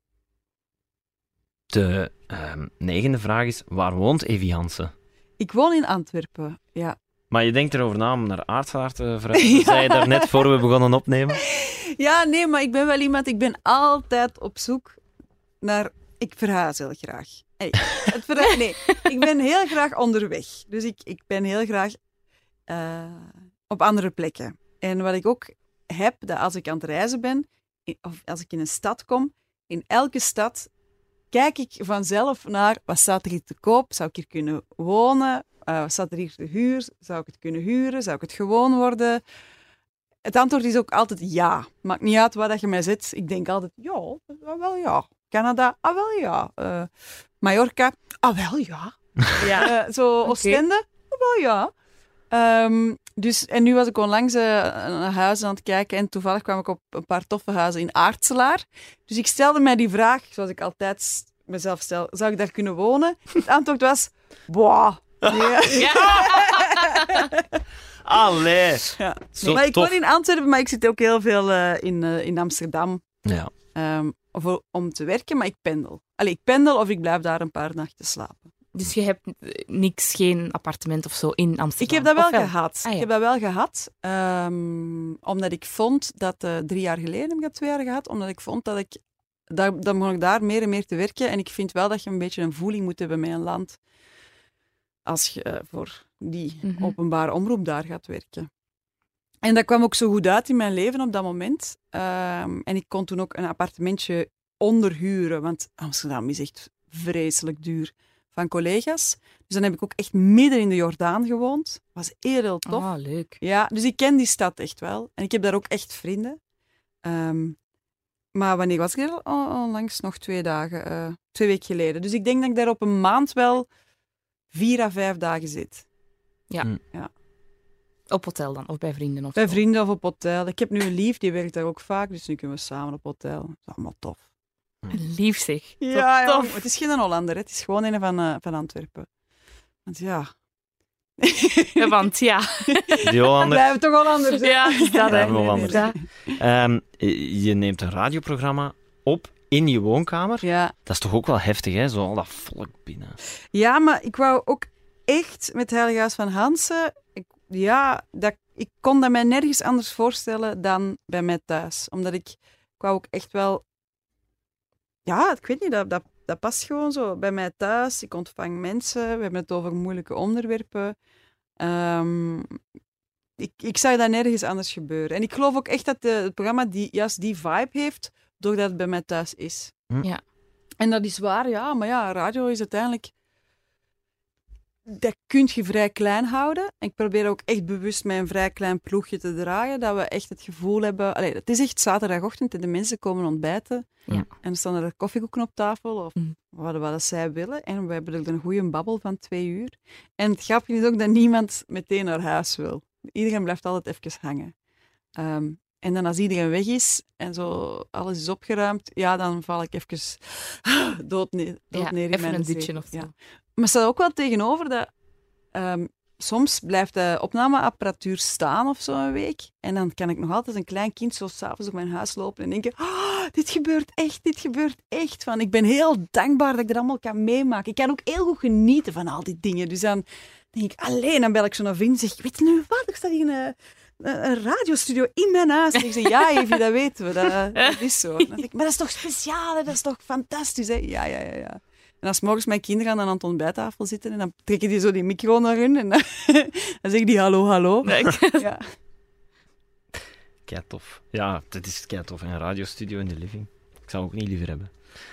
De 9e vraag is, waar woont Evie Hansen? Ik woon in Antwerpen, ja. Maar je denkt erover na om naar Aartselaar te verhuizen. Dat zei je daar net voor we begonnen opnemen. Ja, nee, maar ik ben wel iemand, ik ben altijd op zoek naar... Ik verhuis heel graag. Hey, nee, ik ben heel graag onderweg. Dus ik ben heel graag op andere plekken. En wat ik ook heb, dat als ik aan het reizen ben, of als ik in een stad kom, in elke stad kijk ik vanzelf naar wat staat er hier te koop, zou ik hier kunnen wonen, wat staat er hier te huur, zou ik het kunnen huren, zou ik het gewoon worden? Het antwoord is ook altijd ja. Maakt niet uit waar dat je mij zet. Ik denk altijd, ja, wel ja. Canada, wel ja. Mallorca, wel ja. Ja. Zo Oostende, wel ja. Dus, en nu was ik onlangs naar huizen aan het kijken en toevallig kwam ik op een paar toffe huizen in Aartselaar. Dus ik stelde mij die vraag, zoals ik altijd mezelf stel, zou ik daar kunnen wonen? Het antwoord was, boah. Nee. Allee. Ja. Zo Maar ik tof. woon in Antwerpen, maar ik zit ook heel veel in Amsterdam Ja. om te werken, maar ik pendel. Ik pendel of ik blijf daar een paar nachten slapen. Dus je hebt geen appartement of zo in Amsterdam? Ik heb dat wel Of gehad. Ah, ja. Ik heb dat wel gehad, omdat ik vond dat 3 jaar geleden, heb ik dat 2 jaar gehad, omdat ik vond dat ik, dan begon ik daar meer en meer te werken. En ik vind wel dat je een beetje een voeling moet hebben met een land als je voor die openbare omroep daar gaat werken. En dat kwam ook zo goed uit in mijn leven op dat moment. En ik kon toen ook een appartementje onderhuren, want Amsterdam is echt vreselijk duur, van collega's. Dus dan heb ik ook echt midden in de Jordaan gewoond. Was heel tof. Ah, leuk. Ja, dus ik ken die stad echt wel. En ik heb daar ook echt vrienden. Maar wanneer was ik er? Onlangs nog 2 dagen. 2 weken geleden. Dus ik denk dat ik daar op een maand wel 4 à 5 dagen zit. Op hotel dan? Of bij vrienden? Of Bij zo? vrienden of op hotel. Ik heb nu een lief, die werkt daar ook vaak. Dus nu kunnen we samen op hotel. Dat is allemaal tof. Lief zeg. Ja, tof. ja, het is geen Hollander. Hè. Het is gewoon een van Antwerpen. Want ja... Ja, want ja. Die Hollander. Blijven toch Hollanders, hè? Ja, dat Blijven hè. Hollanders. Ja. Je neemt een radioprogramma op in je woonkamer. Ja. Dat is toch ook wel heftig, hè? Zo al dat volk binnen. Ja, maar ik wou ook echt met het Heilige Huis van Hansen... Ik kon dat mij nergens anders voorstellen dan bij mij thuis. Omdat ik wou ook echt wel... Ja, ik weet niet, dat past gewoon zo bij mij thuis. Ik ontvang mensen, we hebben het over moeilijke onderwerpen. Ik zag dat nergens anders gebeuren. En ik geloof ook echt dat het programma juist die vibe heeft, doordat het bij mij thuis is. Ja. En dat is waar, ja. Maar ja, radio is uiteindelijk... Dat kun je vrij klein houden. En ik probeer ook echt bewust met een vrij klein ploegje te draaien, dat we echt het gevoel hebben... Het is echt zaterdagochtend en de mensen komen ontbijten. Ja. En er staan er koffiekoeken op tafel, of wat zij willen. En we hebben er een goede babbel van 2 uur. En het grappige is ook dat niemand meteen naar huis wil. Iedereen blijft altijd even hangen. En dan als iedereen weg is en zo alles is opgeruimd, ja, dan val ik even dood neer in even mijn een dutje zetel. of zo. Ja. Maar er staat ook wel tegenover dat soms blijft de opnameapparatuur staan of zo een week. En dan kan ik nog altijd een klein kind zo s'avonds op mijn huis lopen en denken, dit gebeurt echt. Ik ben heel dankbaar dat ik dat allemaal kan meemaken. Ik kan ook heel goed genieten van al die dingen. Dus dan denk ik, dan bel ik zo naar vriend en zeg, weet je nu wat, er staat hier een radiostudio in mijn huis. En ik zeg, ja Evie, dat weten we, dat is zo. Dan denk ik, maar dat is toch speciaal, hè? Dat is toch fantastisch, hè? Ja. En als morgens mijn kinderen aan de ontbijttafel zitten en dan trekken die zo die micro naar hun en dan zeggen die hallo. Ja. Keitof. Ja, dat is keitof. Een radiostudio in de living. Ik zou ook niet liever hebben.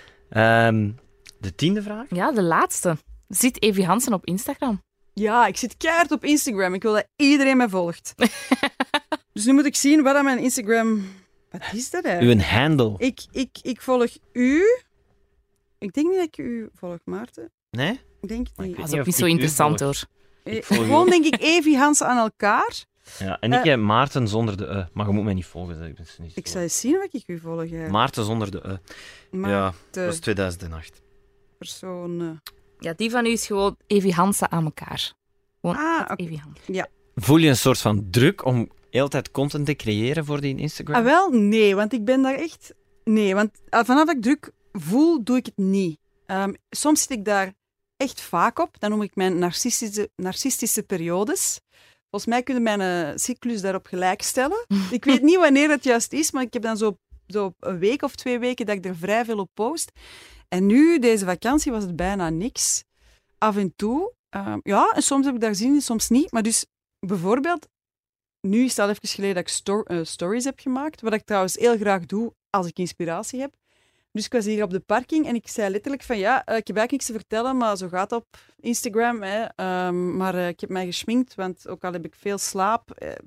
De 10e vraag? Ja, de laatste. Zit Evie Hansen op Instagram? Ja, ik zit keihard op Instagram. Ik wil dat iedereen mij volgt. Dus nu moet ik zien wat aan mijn Instagram Wat is dat hè? Uw handle. Ik volg u. Ik denk niet dat ik u volg, Maarten. Nee? Ik denk het niet. weet Dat is niet ook of niet zo ik u interessant, volg. hoor. volg u. Gewoon denk ik Evi Hansen aan elkaar. Ja, en ik heb Maarten zonder de E. Maar je moet mij niet volgen. Dat is niet Ik zo. zou eens zien of ik u volg. Maarten zonder de E. Maar Ja, de dat is 2008. persoon... Ja, die van u is gewoon Evi Hansen aan elkaar. Gewoon oké. Evi Hansen. Voel je een soort van druk om de hele tijd content te creëren voor die Instagram? Ah, wel? Nee, want ik ben daar echt... Nee, want vanaf dat ik druk voel, doe ik het niet. Soms zit ik daar echt vaak op. Dat noem ik mijn narcistische periodes. Volgens mij kunnen mijn cyclus daarop gelijk stellen. Ik weet niet wanneer het juist is, maar ik heb dan zo een week of 2 weken dat ik er vrij veel op post. En nu, deze vakantie, was het bijna niks. Af en toe. Ja, en soms heb ik daar zin in, soms niet. Maar dus, bijvoorbeeld, nu is het al even geleden dat ik stories heb gemaakt, wat ik trouwens heel graag doe als ik inspiratie heb. Dus ik was hier op de parking en ik zei letterlijk van ja, ik heb eigenlijk niks te vertellen, maar zo gaat het op Instagram. Hè. Maar ik heb mij geschminkt, want ook al heb ik veel slaap.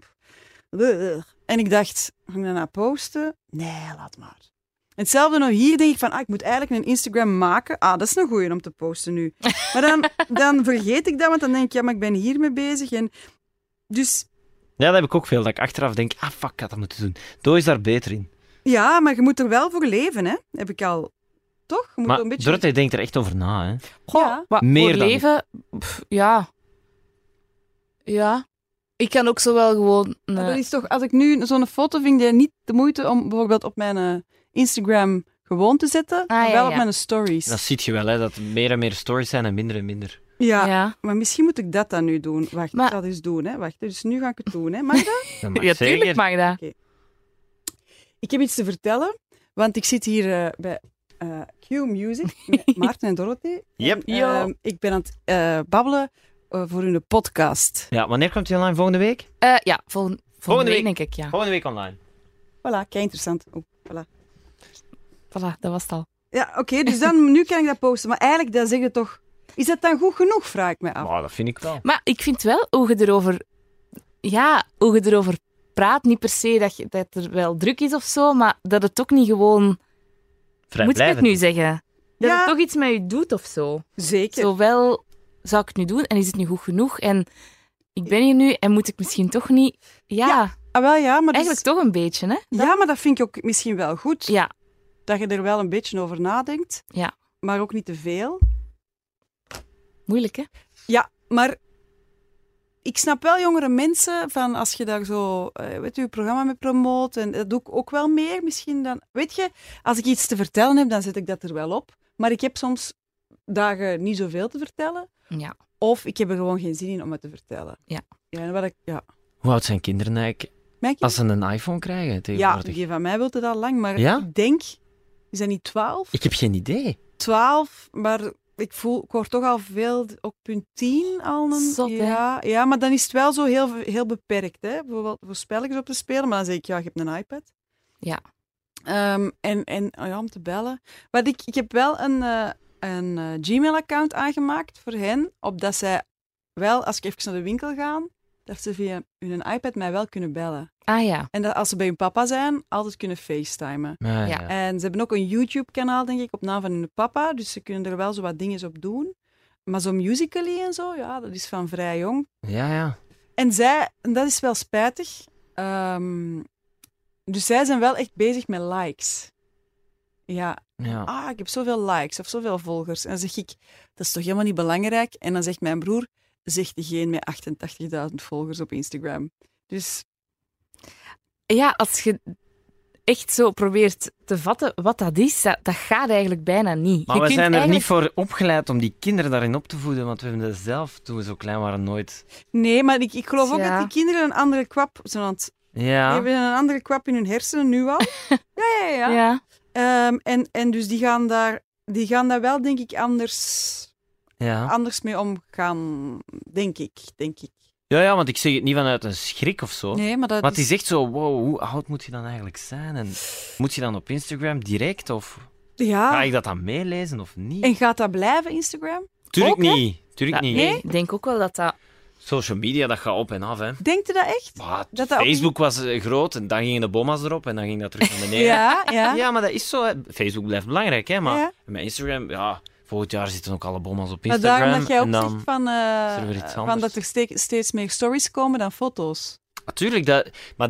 En ik dacht, ga ik dat nou posten? Nee, laat maar. En hetzelfde nog hier denk ik van, ik moet eigenlijk een Instagram maken. Dat is een goeie om te posten nu. Maar dan vergeet ik dat, want dan denk ik, ja, maar ik ben hiermee bezig. En dus... Ja, dat heb ik ook veel. Dat ik achteraf denk, fuck, ik had dat moeten doen. Doe is daar beter in. Ja, maar je moet er wel voor leven, hè. Heb ik al... Toch? Je moet Maar een beetje... Dorothee denkt er echt over na, hè. Goh, Ja. maar Meer voor dan leven... Ja. Ja. Ik kan ook zo wel gewoon... Maar dat is toch, als ik nu zo'n foto vind, die niet de moeite om bijvoorbeeld op mijn Instagram gewoon te zetten, maar wel op mijn stories. Dat zie je wel, hè. Dat er meer en meer stories zijn en minder. Ja, Ja. maar misschien moet ik dat dan nu doen. Wacht, Maar- ik ga het eens doen. Hè. Wacht, dus nu ga ik het doen. Hè. Mag dat? Dat mag Ja, zeker. tuurlijk mag dat. Ik heb iets te vertellen, want ik zit hier bij Q Music met Maarten en Dorothee. Yep. En, Ja. ik ben aan het babbelen voor hun podcast. Ja, wanneer komt die online? Volgende week? Ja, volgende week denk ik, ja. Volgende week online. Voilà, kei interessant. Oh, voilà. Voilà, dat was het al. Ja, oké, dus dan, nu kan ik dat posten. Maar eigenlijk, dat zeg je toch... Is dat dan goed genoeg, vraag ik me af. Maar dat vind ik wel. Maar ik vind wel, hoe je erover praat, niet per se dat er wel druk is of zo, maar dat het ook niet gewoon... Moet ik het Vrijblijvend. nu zeggen? Dat Ja. het toch iets met je doet of zo. Zeker. Zowel zou ik het nu doen en is het nu goed genoeg en ik ben hier nu en moet ik misschien toch niet... Ja, Ah, wel, ja, maar eigenlijk toch een beetje, hè? Ja, maar dat vind ik ook misschien wel goed. Ja, Dat je er wel een beetje over nadenkt. Ja. Maar ook niet te veel. moeilijk, hè? Ja, maar ik snap wel jongere mensen van als je daar zo, je programma mee promoot, en dat doe ik ook wel meer misschien dan... Weet je, als ik iets te vertellen heb, dan zet ik dat er wel op. Maar ik heb soms dagen niet zoveel te vertellen. Ja. Of ik heb er gewoon geen zin in om het te vertellen. Ja. Ja, en Hoe oud zijn kinderen eigenlijk Mijn als ze een iPhone krijgen ja, tegenwoordig? die van mij wil het al lang, maar Ja? ik denk... Is dat niet 12? Ik heb geen idee. 12, maar ik hoor toch al veel op punt 10 al een... Zot, hè? ja, maar dan is het wel zo heel beperkt, hè. Bijvoorbeeld voor spelletjes op te spelen, maar dan zeg ik, ja, je hebt een iPad. Ja. Om te bellen. Maar ik heb wel een Gmail-account aangemaakt voor hen, opdat zij wel, als ik even naar de winkel ga, dat ze via hun iPad mij wel kunnen bellen. Ah ja. En dat als ze bij hun papa zijn, altijd kunnen facetimen. Ja. Ja. En ze hebben ook een YouTube-kanaal, denk ik, op naam van hun papa. Dus ze kunnen er wel zo wat dingen op doen. Maar zo Musical.ly en zo, ja, dat is van vrij jong. Ja. En dat is wel spijtig. Dus zij zijn wel echt bezig met likes. Ja, ik heb zoveel likes of zoveel volgers. En dan zeg ik, dat is toch helemaal niet belangrijk? En dan zegt mijn broer, zegt degene met 88.000 volgers op Instagram. Dus Ja, als je echt zo probeert te vatten wat dat is, dat gaat eigenlijk bijna niet. Maar Je we kunt zijn er eigenlijk... niet voor opgeleid om die kinderen daarin op te voeden, want we hebben dat zelf, toen we zo klein waren, nooit... nee, maar ik geloof ook Ja. dat die kinderen een andere kwap zijn aan het... Die Ja. hebben een andere kwap in hun hersenen nu al. Ja. Ja. En dus die gaan daar wel, denk ik, anders mee omgaan, denk ik. Ja, want ik zeg het niet vanuit een schrik of zo. Nee, maar dat Maar het is... is echt zo, wow, hoe oud moet je dan eigenlijk zijn? En moet je dan op Instagram direct? Of ga Ja, ik dat dan meelezen of niet? en gaat dat blijven, Instagram? Tuurlijk ook, hè? niet. Tuurlijk Ja, niet. nee, ik denk ook wel dat dat Social media, dat gaat op en af, hè. Denkt u dat echt? Dat ook- Facebook was groot en dan gingen de bomma's erop en dan ging dat terug naar beneden. Ja. Ja, maar dat is zo. Hè. Facebook blijft belangrijk, hè. Maar Ja. met Instagram, volgend jaar zitten ook alle bomma's op Maar Instagram. daarom dat jij ook en dan... zegt van, er weer iets van anders. dat er steeds meer stories komen dan foto's. Natuurlijk,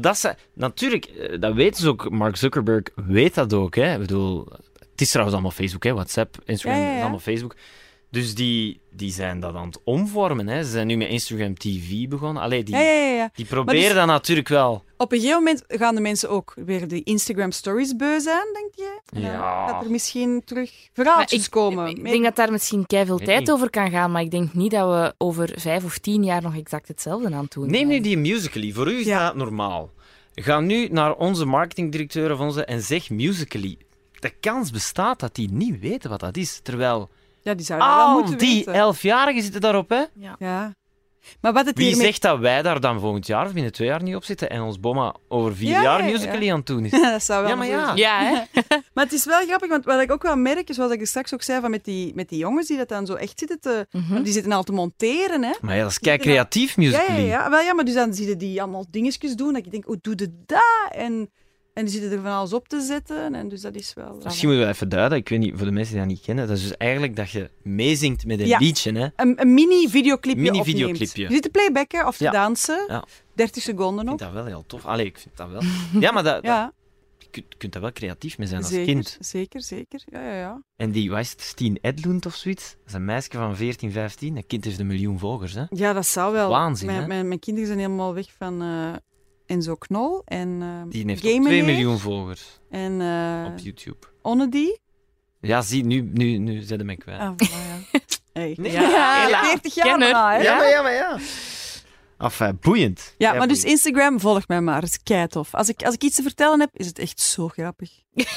dat weten ze ook. Mark Zuckerberg weet dat ook. Hè. Ik bedoel, het is trouwens allemaal Facebook, hè. WhatsApp, Instagram, Ja. is allemaal Facebook. Dus die zijn dat aan het omvormen. Hè. Ze zijn nu met Instagram TV begonnen. Allee, Ja. die proberen dus- dat natuurlijk wel. Op een gegeven moment gaan de mensen ook weer de Instagram stories beu zijn, denk je? En dan Ja. gaat er misschien terug Maar verhaaltjes komen. Ik denk dat daar misschien keiveel Weet tijd niet. over kan gaan, maar ik denk niet dat we over 5 of 10 jaar nog exact hetzelfde aan het doen Neem nu zijn. die Musical.ly. Voor u is Ja. dat normaal. Ga nu naar onze marketingdirecteur of onze en zeg Musical.ly. De kans bestaat dat die niet weten wat dat is. Terwijl Ja, die zouden dat wel al moeten die weten. 11-jarigen zitten daarop, hè? Ja. Maar wat het Wie hiermee... zegt dat wij daar dan volgend jaar of binnen 2 jaar niet op zitten en ons bomma over 4 Ja, jaar ja, ja. Musical.ly aan het doen is? dat zou wel Ja, maar zo ja. zijn. Ja, hè? Maar het is wel grappig, want wat ik ook wel merk, is zoals ik er straks ook zei, van met die jongens die dat dan zo echt zitten te... Mhm. Die zitten al te monteren, hè. Maar ja, dat is kei creatief, Musical.ly. Ja. Wel, ja, maar dus dan zie je die allemaal dingetjes doen, dat je denkt, hoe doe je dat? En die zitten er van alles op te zetten, en dus dat is wel... Misschien moeten we even duiden, ik weet niet, voor de mensen die dat niet kennen, dat is dus eigenlijk dat je meezingt met een Ja. liedje, hè? Een mini-videoclipje Mini-videoclipje. opneemt. Je zit te playbacken of te Ja. dansen. Ja. 30 seconden Ik nog. vind dat wel heel tof. Allee, ik vind dat wel. Ja, maar Ja, je kunt daar wel creatief mee zijn als zeker, kind. zeker. Ja. En die, wat is het, Stien Edlund of zoiets? Dat is een meisje van 14, 15. Dat kind heeft 1 miljoen volgers, hè? Ja, dat zou wel. Waanzin, hè? Mijn kinderen zijn helemaal weg van Enzo Knol en Die heeft Gay ook 2 Meneer miljoen volgers en op YouTube. Onnedy. Ja, zie, nu zet hem mij kwijt. Ah, voilà, ja. Hey. Nee, Ja, helaas. 40 jaar Kenner. maar, hè? Ja, maar. Enfin, boeiend. Ja, maar dus boeiend. Instagram, volg mij maar. Het is keitof. Als ik iets te vertellen heb, is het echt zo grappig.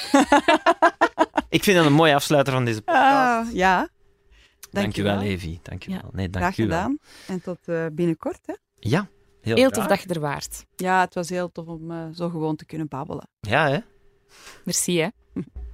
Ik vind dat een mooie afsluiter van deze podcast. Ja. Dankjewel, Evie. Dankjewel. Ja. Nee, Graag dankjewel. gedaan. En tot binnenkort, hè. Ja, heel Heel graag. tof dat je er waart. Ja, het was heel tof om zo gewoon te kunnen babbelen. Ja, hè? Merci, hè.